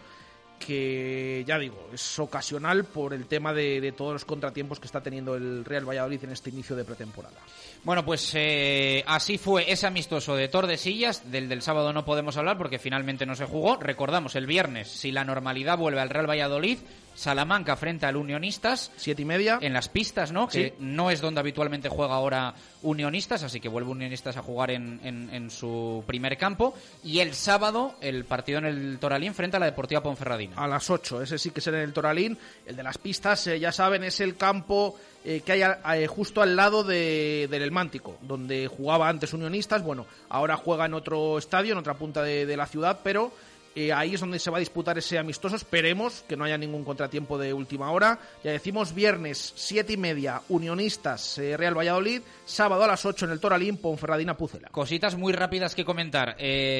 que ya digo, es ocasional por el tema de, de todos los contratiempos que está teniendo el Real Valladolid en este inicio de pretemporada. Bueno, pues eh, así fue ese amistoso de Tordesillas. Del del sábado no podemos hablar porque finalmente no se jugó. Recordamos, el viernes, si la normalidad vuelve al Real Valladolid, Salamanca frente al Unionistas. Siete y media. En las pistas, ¿no? Sí. Que no es donde habitualmente juega ahora Unionistas, así que vuelve Unionistas a jugar en, en, en su primer campo. Y el sábado, el partido en el Toralín frente a la Deportiva Ponferradina. A las ocho, ese sí que será en el Toralín. El de las pistas, eh, ya saben, es el campo eh, que hay a, eh, justo al lado de, del El Mántico, donde jugaba antes Unionistas. Bueno, ahora juega en otro estadio, en otra punta de, de la ciudad, pero Eh, ahí es donde se va a disputar ese amistoso. Esperemos que no haya ningún contratiempo de última hora. Ya decimos, viernes siete y media Unionistas eh, Real Valladolid, sábado a las ocho en el Toralín Ponferradina Pucela. Cositas muy rápidas que comentar.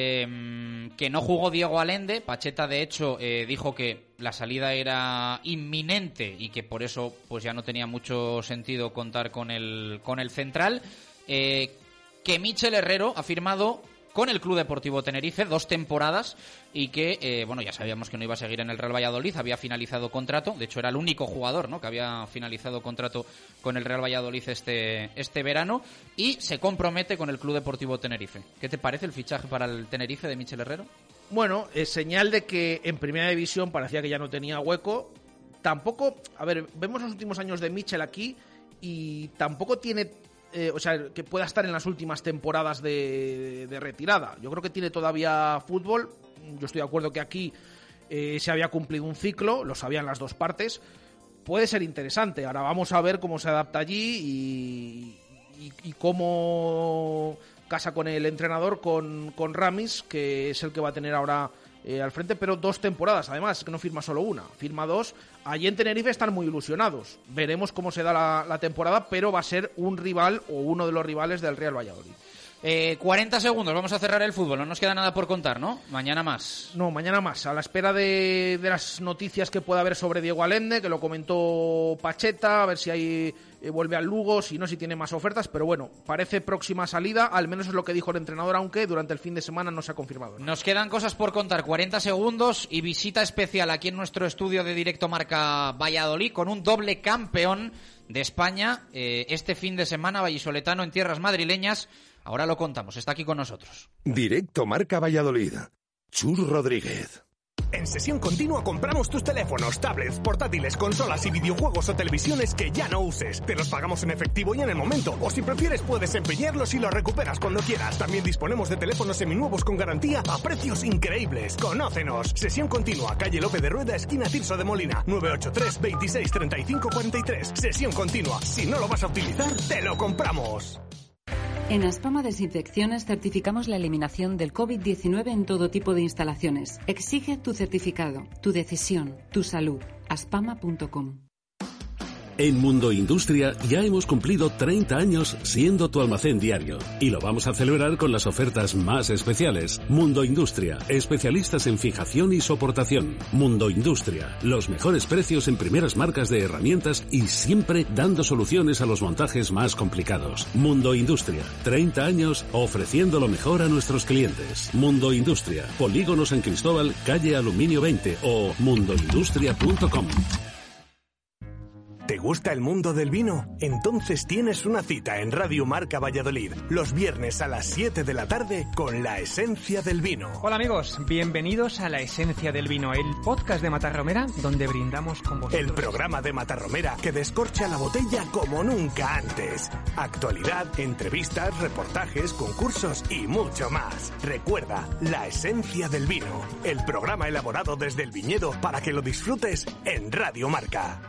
Eh, que no jugó Diego Allende. Pacheta de hecho eh, dijo que la salida era inminente y que por eso pues ya no tenía mucho sentido contar con el, con el central. Eh, que Michel Herrero ha firmado con el Club Deportivo Tenerife dos temporadas y que, eh, bueno, ya sabíamos que no iba a seguir en el Real Valladolid, había finalizado contrato, de hecho era el único jugador, ¿no?, que había finalizado contrato con el Real Valladolid este, este verano, y se compromete con el Club Deportivo Tenerife. ¿Qué te parece el fichaje para el Tenerife de Michel Herrero? Bueno, es señal de que en Primera División parecía que ya no tenía hueco. Tampoco, a ver, vemos los últimos años de Michel aquí y tampoco tiene, eh, o sea, que pueda estar en las últimas temporadas de, de retirada. Yo creo que tiene todavía fútbol. Yo estoy de acuerdo que aquí eh, se había cumplido un ciclo, lo sabían las dos partes. Puede ser interesante. Ahora vamos a ver cómo se adapta allí y, y, y cómo casa con el entrenador, con, con Ramis, que es el que va a tener ahora eh, al frente, pero dos temporadas, además, que no firma solo una, firma dos. Allí en Tenerife están muy ilusionados. Veremos cómo se da la, la temporada, pero va a ser un rival o uno de los rivales del Real Valladolid. Eh, cuarenta segundos, vamos a cerrar el fútbol, no nos queda nada por contar, ¿no? Mañana más. No, mañana más, a la espera de, de las noticias que pueda haber sobre Diego Allende, que lo comentó Pacheta, a ver si hay eh, vuelve al Lugo, si no, si tiene más ofertas, pero bueno, parece próxima salida, al menos es lo que dijo el entrenador, aunque durante el fin de semana no se ha confirmado, ¿no? Nos quedan cosas por contar, cuarenta segundos y visita especial aquí en nuestro estudio de Directo Marca Valladolid con un doble campeón de España eh, este fin de semana, vallisoletano en tierras madrileñas. Ahora lo contamos, está aquí con nosotros. Directo Marca Valladolid. Chus Rodríguez. En Sesión Continua compramos tus teléfonos, tablets, portátiles, consolas y videojuegos o televisiones que ya no uses. Te los pagamos en efectivo y en el momento. O si prefieres puedes empeñarlos y los recuperas cuando quieras. También disponemos de teléfonos seminuevos con garantía a precios increíbles. ¡Conócenos! Sesión Continua, calle Lope de Rueda, esquina Tirso de Molina. nueve ocho tres, veintiséis, treinta y cinco, cuarenta y tres. Sesión Continua. Si no lo vas a utilizar, te lo compramos. En Aspama Desinfecciones certificamos la eliminación del covid diecinueve en todo tipo de instalaciones. Exige tu certificado, tu decisión, tu salud. aspama punto com. En Mundo Industria ya hemos cumplido treinta años siendo tu almacén diario y lo vamos a celebrar con las ofertas más especiales. Mundo Industria, especialistas en fijación y soportación. Mundo Industria, los mejores precios en primeras marcas de herramientas y siempre dando soluciones a los montajes más complicados. Mundo Industria, treinta años ofreciendo lo mejor a nuestros clientes. Mundo Industria, Polígono San Cristóbal, calle Aluminio veinte o mundo industria punto com. ¿Te gusta el mundo del vino? Entonces tienes una cita en Radio Marca Valladolid, los viernes a las siete de la tarde con La Esencia del Vino. Hola amigos, bienvenidos a La Esencia del Vino, el podcast de Matarromera donde brindamos con vosotros. El programa de Matarromera que descorcha la botella como nunca antes. Actualidad, entrevistas, reportajes, concursos y mucho más. Recuerda, La Esencia del Vino, el programa elaborado desde el viñedo para que lo disfrutes en Radio Marca.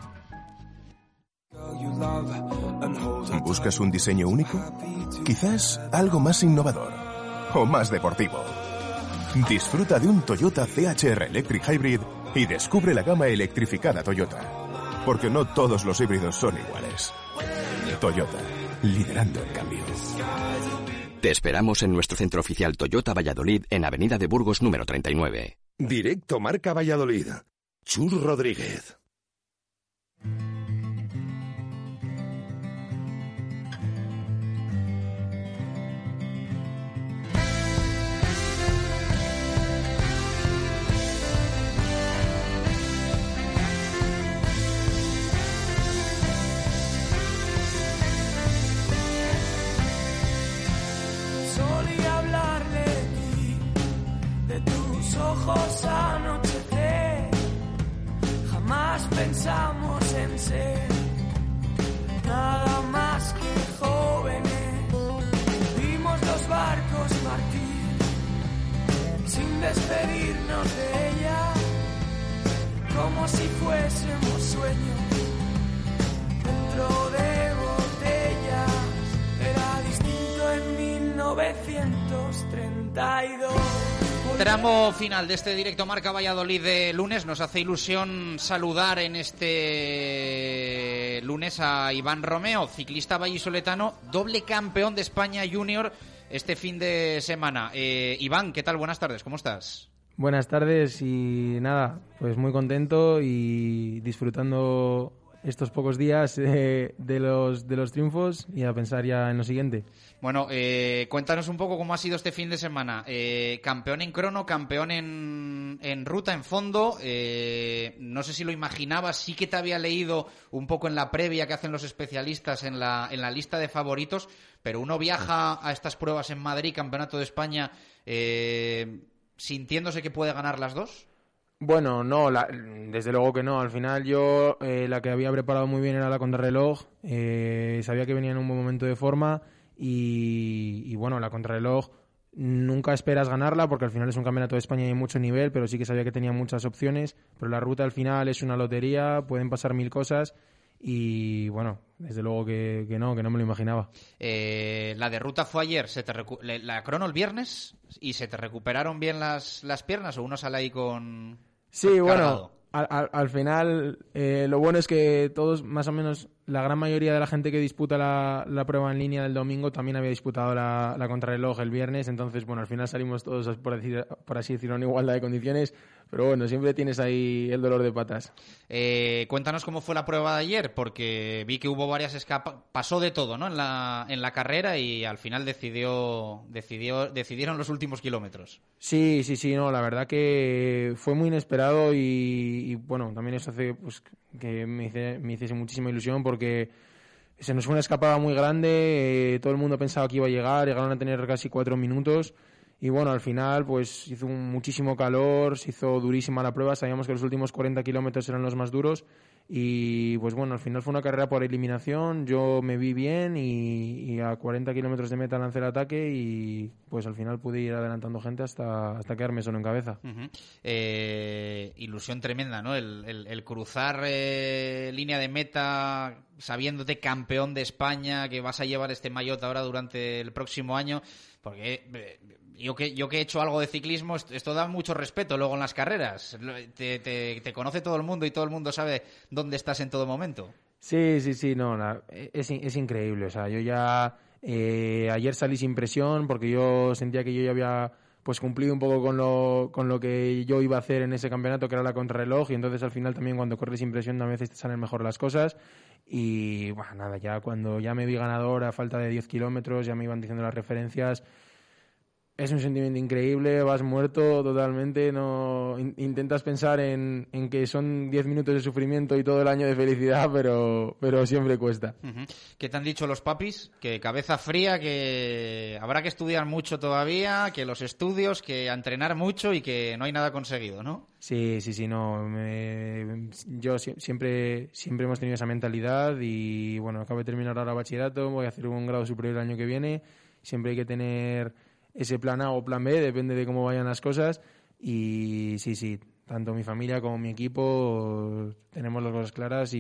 ¿Buscas un diseño único? Quizás algo más innovador o más deportivo. Disfruta de un Toyota C H R Electric Hybrid y descubre la gama electrificada Toyota. Porque no todos los híbridos son iguales. Toyota, liderando el cambio. Te esperamos en nuestro centro oficial Toyota Valladolid en Avenida de Burgos número treinta y nueve. Directo Marca Valladolid. Chus Rodríguez. Ojos anochecer, jamás pensamos en ser nada más que jóvenes. Vimos los barcos partir sin despedirnos de ella, como si fuésemos sueños dentro de botellas. Era distinto en mil novecientos treinta y dos. Tramo final de este Directo Marca Valladolid de lunes. Nos hace ilusión saludar en este lunes a Iván Romeo, ciclista vallisoletano, doble campeón de España Junior este fin de semana. Eh, Iván, ¿qué tal? Buenas tardes, ¿cómo estás? Buenas tardes y nada, pues muy contento y disfrutando estos pocos días eh, de los de los triunfos y a pensar ya en lo siguiente. Bueno, eh, cuéntanos un poco cómo ha sido este fin de semana. Eh, campeón en crono, campeón en, en ruta, en fondo. Eh, no sé si lo imaginabas, sí que te había leído un poco en la previa que hacen los especialistas en la, en la lista de favoritos, pero uno viaja a estas pruebas en Madrid, Campeonato de España, eh, sintiéndose que puede ganar las dos? Bueno, no, la, desde luego que no. Al final yo eh, la que había preparado muy bien era la contrarreloj. Eh, sabía que venía en un buen momento de forma y, y bueno, la contrarreloj nunca esperas ganarla porque al final es un campeonato de España y hay mucho nivel, pero sí que sabía que tenía muchas opciones. Pero la ruta al final es una lotería, pueden pasar mil cosas y bueno, desde luego que, que no, que no me lo imaginaba. Eh, la de ruta fue ayer, se te recu- la crono el viernes y se te recuperaron bien las, las piernas o uno sale ahí con... Sí, cargado. Bueno, al, al, al final eh, lo bueno es que todos, más o menos, la gran mayoría de la gente que disputa la, la prueba en línea del domingo también había disputado la, la contrarreloj el viernes, entonces, bueno, al final salimos todos, por, decir, por así decirlo, en igualdad de condiciones, pero bueno, siempre tienes ahí el dolor de patas. Eh, cuéntanos cómo fue la prueba de ayer, porque vi que hubo varias escapas, pasó de todo, ¿no? En la, en la carrera y al final decidió, decidió, decidieron los últimos kilómetros. Sí, sí, sí, no, la verdad que fue muy inesperado y, y bueno, también eso hace pues, que me, hice, me hiciese muchísima ilusión porque se nos fue una escapada muy grande, eh, todo el mundo pensaba que iba a llegar, llegaron a tener casi cuatro minutos y bueno, al final pues hizo un, muchísimo calor, se hizo durísima la prueba, sabíamos que los últimos cuarenta kilómetros eran los más duros y pues bueno, al final fue una carrera por eliminación, yo me vi bien y, y a cuarenta kilómetros de meta lancé el ataque y pues al final pude ir adelantando gente hasta, hasta quedarme solo en cabeza. Uh-huh. Eh, ilusión tremenda, ¿no? El, el, el cruzar eh, línea de meta sabiéndote campeón de España, que vas a llevar este maillot ahora durante el próximo año, porque... Eh, Yo que, yo que he hecho algo de ciclismo, esto, esto da mucho respeto luego en las carreras. Te, te, te conoce todo el mundo y todo el mundo sabe dónde estás en todo momento. Sí, sí, sí, no, no es, es increíble. O sea, yo ya eh, ayer salí sin presión porque yo sentía que yo ya había pues cumplido un poco con lo, con lo que yo iba a hacer en ese campeonato, que era la contrarreloj, y entonces al final también cuando corres sin presión a veces te salen mejor las cosas. Y bueno, nada, ya cuando ya me vi ganador a falta de diez kilómetros, ya me iban diciendo las referencias. Es un sentimiento increíble, vas muerto totalmente, no in, intentas pensar en, en que son diez minutos de sufrimiento y todo el año de felicidad, pero, pero siempre cuesta. Uh-huh. ¿Qué te han dicho los papis? Que cabeza fría, que habrá que estudiar mucho todavía, que los estudios, que a entrenar mucho y que no hay nada conseguido, ¿no? Sí, sí, sí, no. Me, yo siempre, siempre hemos tenido esa mentalidad y bueno, acabo de terminar ahora bachillerato, voy a hacer un grado superior el año que viene, siempre hay que tener ese plan A o plan B, depende de cómo vayan las cosas y sí, sí, tanto mi familia como mi equipo tenemos las cosas claras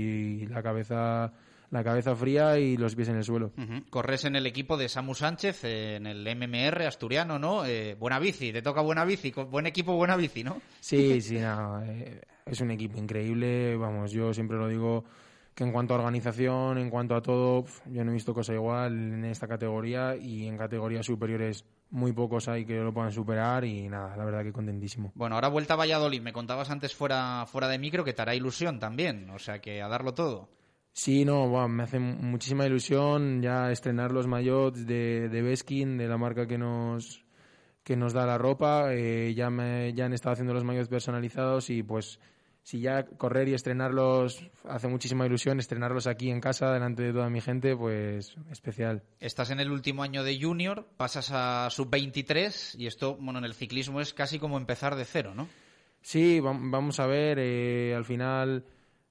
y la cabeza la cabeza fría y los pies en el suelo. Uh-huh. Corres en el equipo de Samu Sánchez, eh, en el M M R asturiano, ¿no? Eh, buena bici, te toca buena bici, buen equipo, buena bici, ¿no? Sí, sí, no, eh, es un equipo increíble, vamos, yo siempre lo digo que en cuanto a organización, en cuanto a todo, yo no he visto cosa igual en esta categoría y en categorías superiores muy pocos hay que lo puedan superar y nada, la verdad que contentísimo. Bueno, ahora vuelta a Valladolid, me contabas antes fuera, fuera de micro que te hará ilusión también, o sea que a darlo todo. Sí, no, bueno, me hace muchísima ilusión ya estrenar los maillots de, de Beskin, de la marca que nos que nos da la ropa, eh, ya, me, ya han estado haciendo los maillots personalizados y pues si ya correr y estrenarlos hace muchísima ilusión, estrenarlos aquí en casa delante de toda mi gente, pues especial. Estás en el último año de junior, pasas a sub veintitrés y esto, bueno, en el ciclismo es casi como empezar de cero, ¿no? Sí, vamos a ver, eh, al final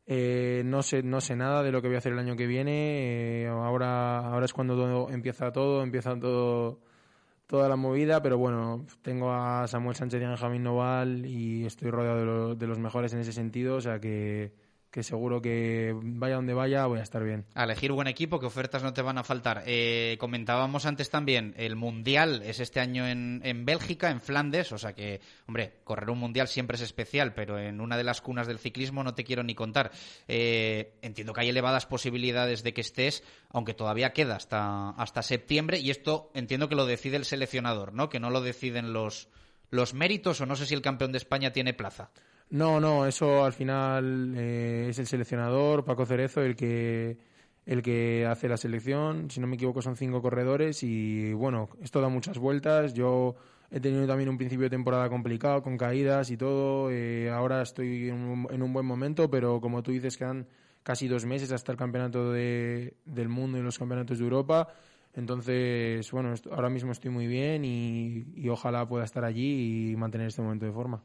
eh, no sé no sé nada de lo que voy a hacer el año que viene, eh, ahora ahora es cuando todo, empieza todo, empieza todo toda la movida, pero bueno, tengo a Samuel Sánchez y a Benjamín Noval y estoy rodeado de, lo, de los mejores en ese sentido, o sea que, que seguro que vaya donde vaya voy a estar bien. A elegir buen equipo, que ofertas no te van a faltar. Eh, comentábamos antes también, el Mundial es este año en, en Bélgica, en Flandes, o sea que, hombre, correr un Mundial siempre es especial, pero en una de las cunas del ciclismo no te quiero ni contar. Eh, entiendo que hay elevadas posibilidades de que estés, aunque todavía queda hasta, hasta septiembre, y esto entiendo que lo decide el seleccionador, ¿no? Que no lo deciden los, los méritos, o no sé si el campeón de España tiene plaza. No, no, eso al final eh, es el seleccionador, Paco Cerezo, el que el que hace la selección. Si no me equivoco son cinco corredores y bueno, esto da muchas vueltas. Yo he tenido también un principio de temporada complicado, con caídas y todo. Eh, ahora estoy en un, en un buen momento, pero como tú dices, quedan casi dos meses hasta el campeonato de, del mundo y los campeonatos de Europa. Entonces, bueno, esto, ahora mismo estoy muy bien y, y ojalá pueda estar allí y mantener este momento de forma.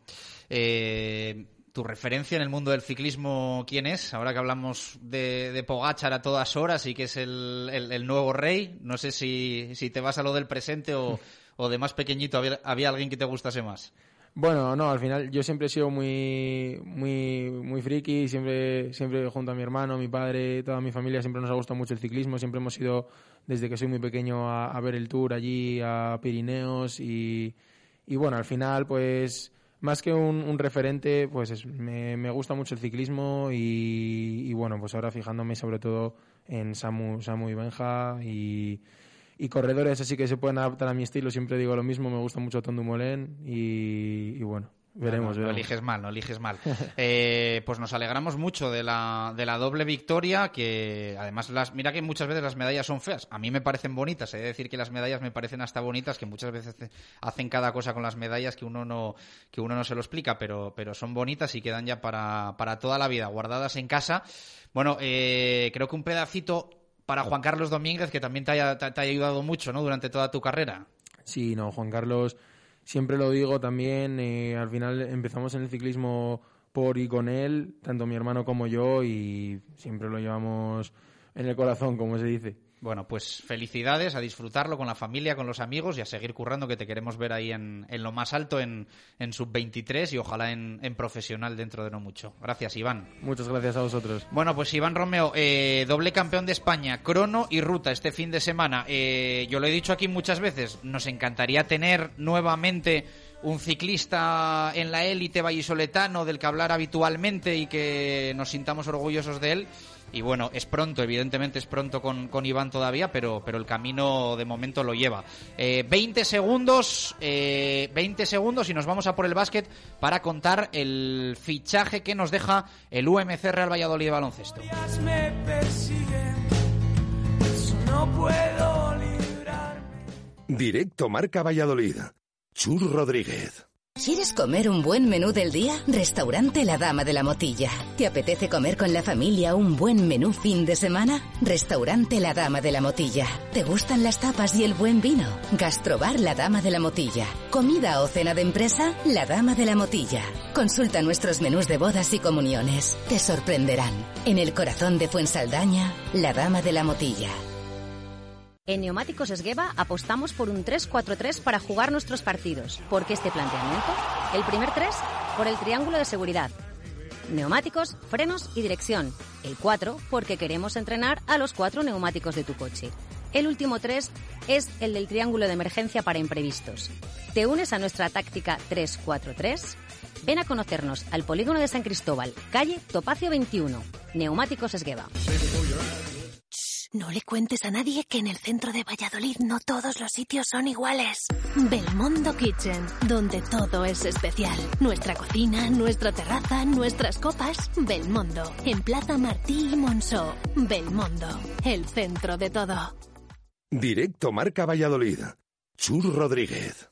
Eh, ¿Tu referencia en el mundo del ciclismo quién es? Ahora que hablamos de, de Pogačar a todas horas y que es el, el, el nuevo rey, no sé si, si te vas a lo del presente o, o de más pequeñito había, había alguien que te gustase más. Bueno, no, al final yo siempre he sido muy muy muy friki, siempre siempre junto a mi hermano, mi padre, toda mi familia siempre nos ha gustado mucho el ciclismo, siempre hemos ido desde que soy muy pequeño a, a ver el Tour allí, a Pirineos y, y bueno, al final pues más que un, un referente, pues es, me, me gusta mucho el ciclismo y, y bueno, pues ahora fijándome sobre todo en Samu, Samu y Benja y Y corredores así que se pueden adaptar a mi estilo, siempre digo lo mismo, me gusta mucho Tom Dumoulin y, y bueno, veremos. No, no, no veremos. eliges mal, no eliges mal. eh, pues nos alegramos mucho de la, de la doble victoria, que además, las, mira que muchas veces las medallas son feas, a mí me parecen bonitas, he de decir que las medallas me parecen hasta bonitas, que muchas veces hacen cada cosa con las medallas que uno no, que uno no se lo explica, pero, pero son bonitas y quedan ya para, para toda la vida, guardadas en casa. Bueno, eh, creo que un pedacito para Juan Carlos Domínguez, que también te haya, te, te haya ayudado mucho, ¿no?, durante toda tu carrera. Sí, no, Juan Carlos, siempre lo digo también, eh, al final empezamos en el ciclismo por y con él, tanto mi hermano como yo, y siempre lo llevamos en el corazón, como se dice. Bueno, pues felicidades, a disfrutarlo con la familia, con los amigos y a seguir currando, que te queremos ver ahí en, en lo más alto, en, en sub veintitrés y ojalá en, en profesional dentro de no mucho. Gracias, Iván. Muchas gracias a vosotros. Bueno, pues Iván Romeo, eh, doble campeón de España, crono y ruta este fin de semana. Eh, yo lo he dicho aquí muchas veces, nos encantaría tener nuevamente un ciclista en la élite vallisoletano del que hablar habitualmente y que nos sintamos orgullosos de él. Y bueno, es pronto, evidentemente es pronto con, con Iván todavía, pero, pero el camino de momento lo lleva. Eh, veinte segundos, eh, veinte segundos y nos vamos a por el básquet para contar el fichaje que nos deja el U M C Real Valladolid de baloncesto. Me persiguen, eso no puedo librarme. Directo Marca Valladolid. Chus Rodríguez. ¿Quieres comer un buen menú del día? Restaurante La Dama de la Motilla. ¿Te apetece comer con la familia un buen menú fin de semana? Restaurante La Dama de la Motilla. ¿Te gustan las tapas y el buen vino? Gastrobar La Dama de la Motilla. ¿Comida o cena de empresa? La Dama de la Motilla. Consulta nuestros menús de bodas y comuniones. Te sorprenderán. En el corazón de Fuensaldaña, La Dama de la Motilla. En Neumáticos Esgueva apostamos por un tres cuatro tres para jugar nuestros partidos. ¿Por qué este planteamiento? El primer tres, por el triángulo de seguridad. Neumáticos, frenos y dirección. El cuatro, porque queremos entrenar a los cuatro neumáticos de tu coche. El último tres es el del triángulo de emergencia para imprevistos. ¿Te unes a nuestra táctica tres cuatro tres? Ven a conocernos al Polígono de San Cristóbal, calle Topacio veintiuno. Neumáticos Esgueva. No le cuentes a nadie que en el centro de Valladolid no todos los sitios son iguales. Belmondo Kitchen, donde todo es especial. Nuestra cocina, nuestra terraza, nuestras copas. Belmondo, en Plaza Martí y Monceau. Belmondo, el centro de todo. Directo Marca Valladolid. Chus Rodríguez.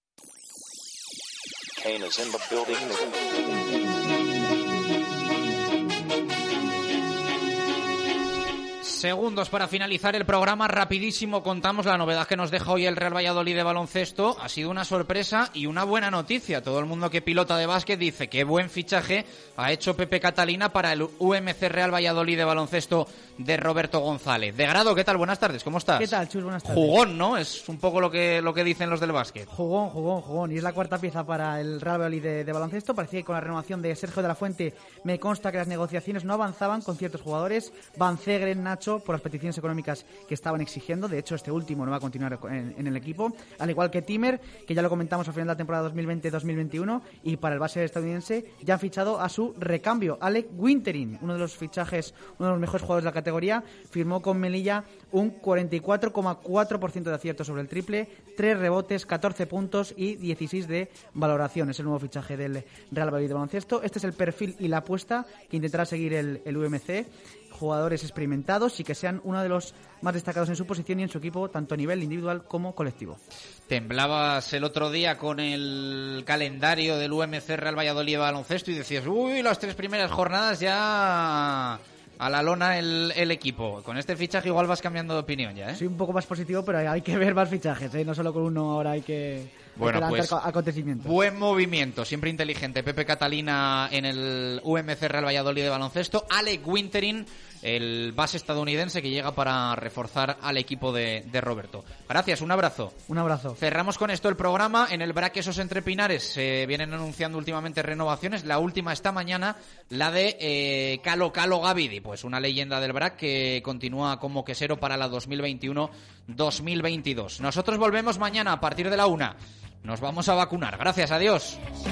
Segundos para finalizar el programa, rapidísimo contamos la novedad que nos deja hoy el Real Valladolid de baloncesto. Ha sido una sorpresa y una buena noticia. Todo el mundo que pilota de básquet dice que buen fichaje ha hecho Pepe Catalina para el U M C Real Valladolid de baloncesto de Roberto González. De Grado, ¿qué tal? Buenas tardes, ¿cómo estás? ¿Qué tal, Chus? Buenas tardes. Jugón, ¿no? Es un poco lo que, lo que dicen los del básquet. Jugón, jugón, jugón. Y es la cuarta pieza para el Real Valladolid de, de baloncesto. Parecía que con la renovación de Sergio de la Fuente me consta que las negociaciones no avanzaban con ciertos jugadores. Van Zegren, Nacho, por las peticiones económicas que estaban exigiendo. De hecho, este último no va a continuar en, en el equipo. Al igual que Timmer, que ya lo comentamos al final de la temporada dos mil veinte dos mil veintiuno. Y para el base estadounidense ya han fichado a su recambio, Alec Winterin, uno de los fichajes, uno de los mejores jugadores de la categoría. Firmó con Melilla un cuarenta y cuatro coma cuatro por ciento de acierto sobre el triple, tres rebotes, catorce puntos y dieciséis de valoración. Es el nuevo fichaje del Real Valladolid de baloncesto. Este es el perfil y la apuesta que intentará seguir el, el U M C. Jugadores experimentados y que sean uno de los más destacados en su posición y en su equipo, tanto a nivel individual como colectivo. Temblabas el otro día con el calendario del U M C Real Valladolid de baloncesto y decías, uy, las tres primeras jornadas ya a la lona el, el equipo. Con este fichaje igual vas cambiando de opinión ya, ¿eh? Soy un poco más positivo, pero hay que ver más fichajes, ¿eh? No solo con uno, ahora hay que... Bueno, pues acontecimientos. Buen movimiento, siempre inteligente. Pepe Catalina en el U M C Real Valladolid de baloncesto. Alec Winterin, el base estadounidense que llega para reforzar al equipo de, de Roberto. Gracias, un abrazo. Un abrazo. Cerramos con esto el programa. En el B R A C esos entre Pinares se eh, vienen anunciando últimamente renovaciones. La última esta mañana, la de eh, Calo Calo Gavidi, pues una leyenda del B R A C que continúa como quesero para la dos mil veintiuno dos mil veintidós. Nosotros volvemos mañana a partir de la una. Nos vamos a vacunar. Gracias, adiós.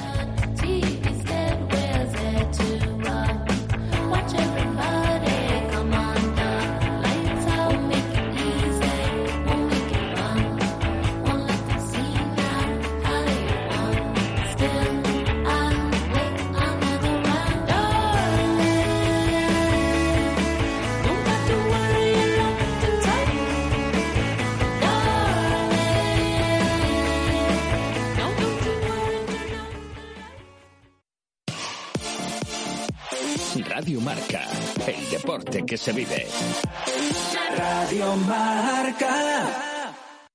Radio Marca, el deporte que se vive. Radio Marca.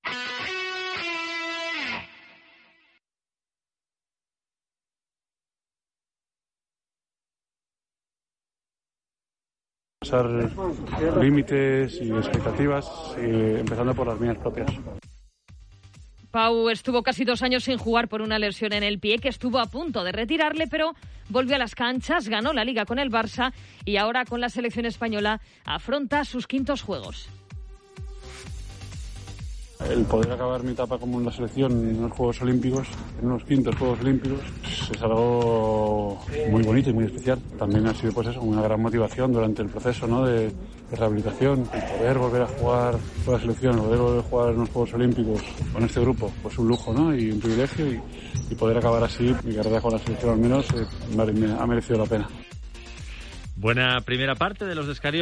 Pasar límites y expectativas, y empezando por las mías propias. Pau estuvo casi dos años sin jugar por una lesión en el pie que estuvo a punto de retirarle, pero volvió a las canchas, ganó la Liga con el Barça y ahora con la selección española afronta sus quintos juegos. El poder acabar mi etapa como en la selección en los Juegos Olímpicos, en unos quintos Juegos Olímpicos, pues es algo muy bonito y muy especial. También ha sido pues eso, una gran motivación durante el proceso, ¿no?, de, de rehabilitación. El poder volver a jugar con la selección, poder volver a jugar en los Juegos Olímpicos con este grupo, pues un lujo, ¿no?, y un privilegio, y, y poder acabar así mi carrera con la selección al menos eh, me ha merecido la pena. Buena primera parte de los descarios.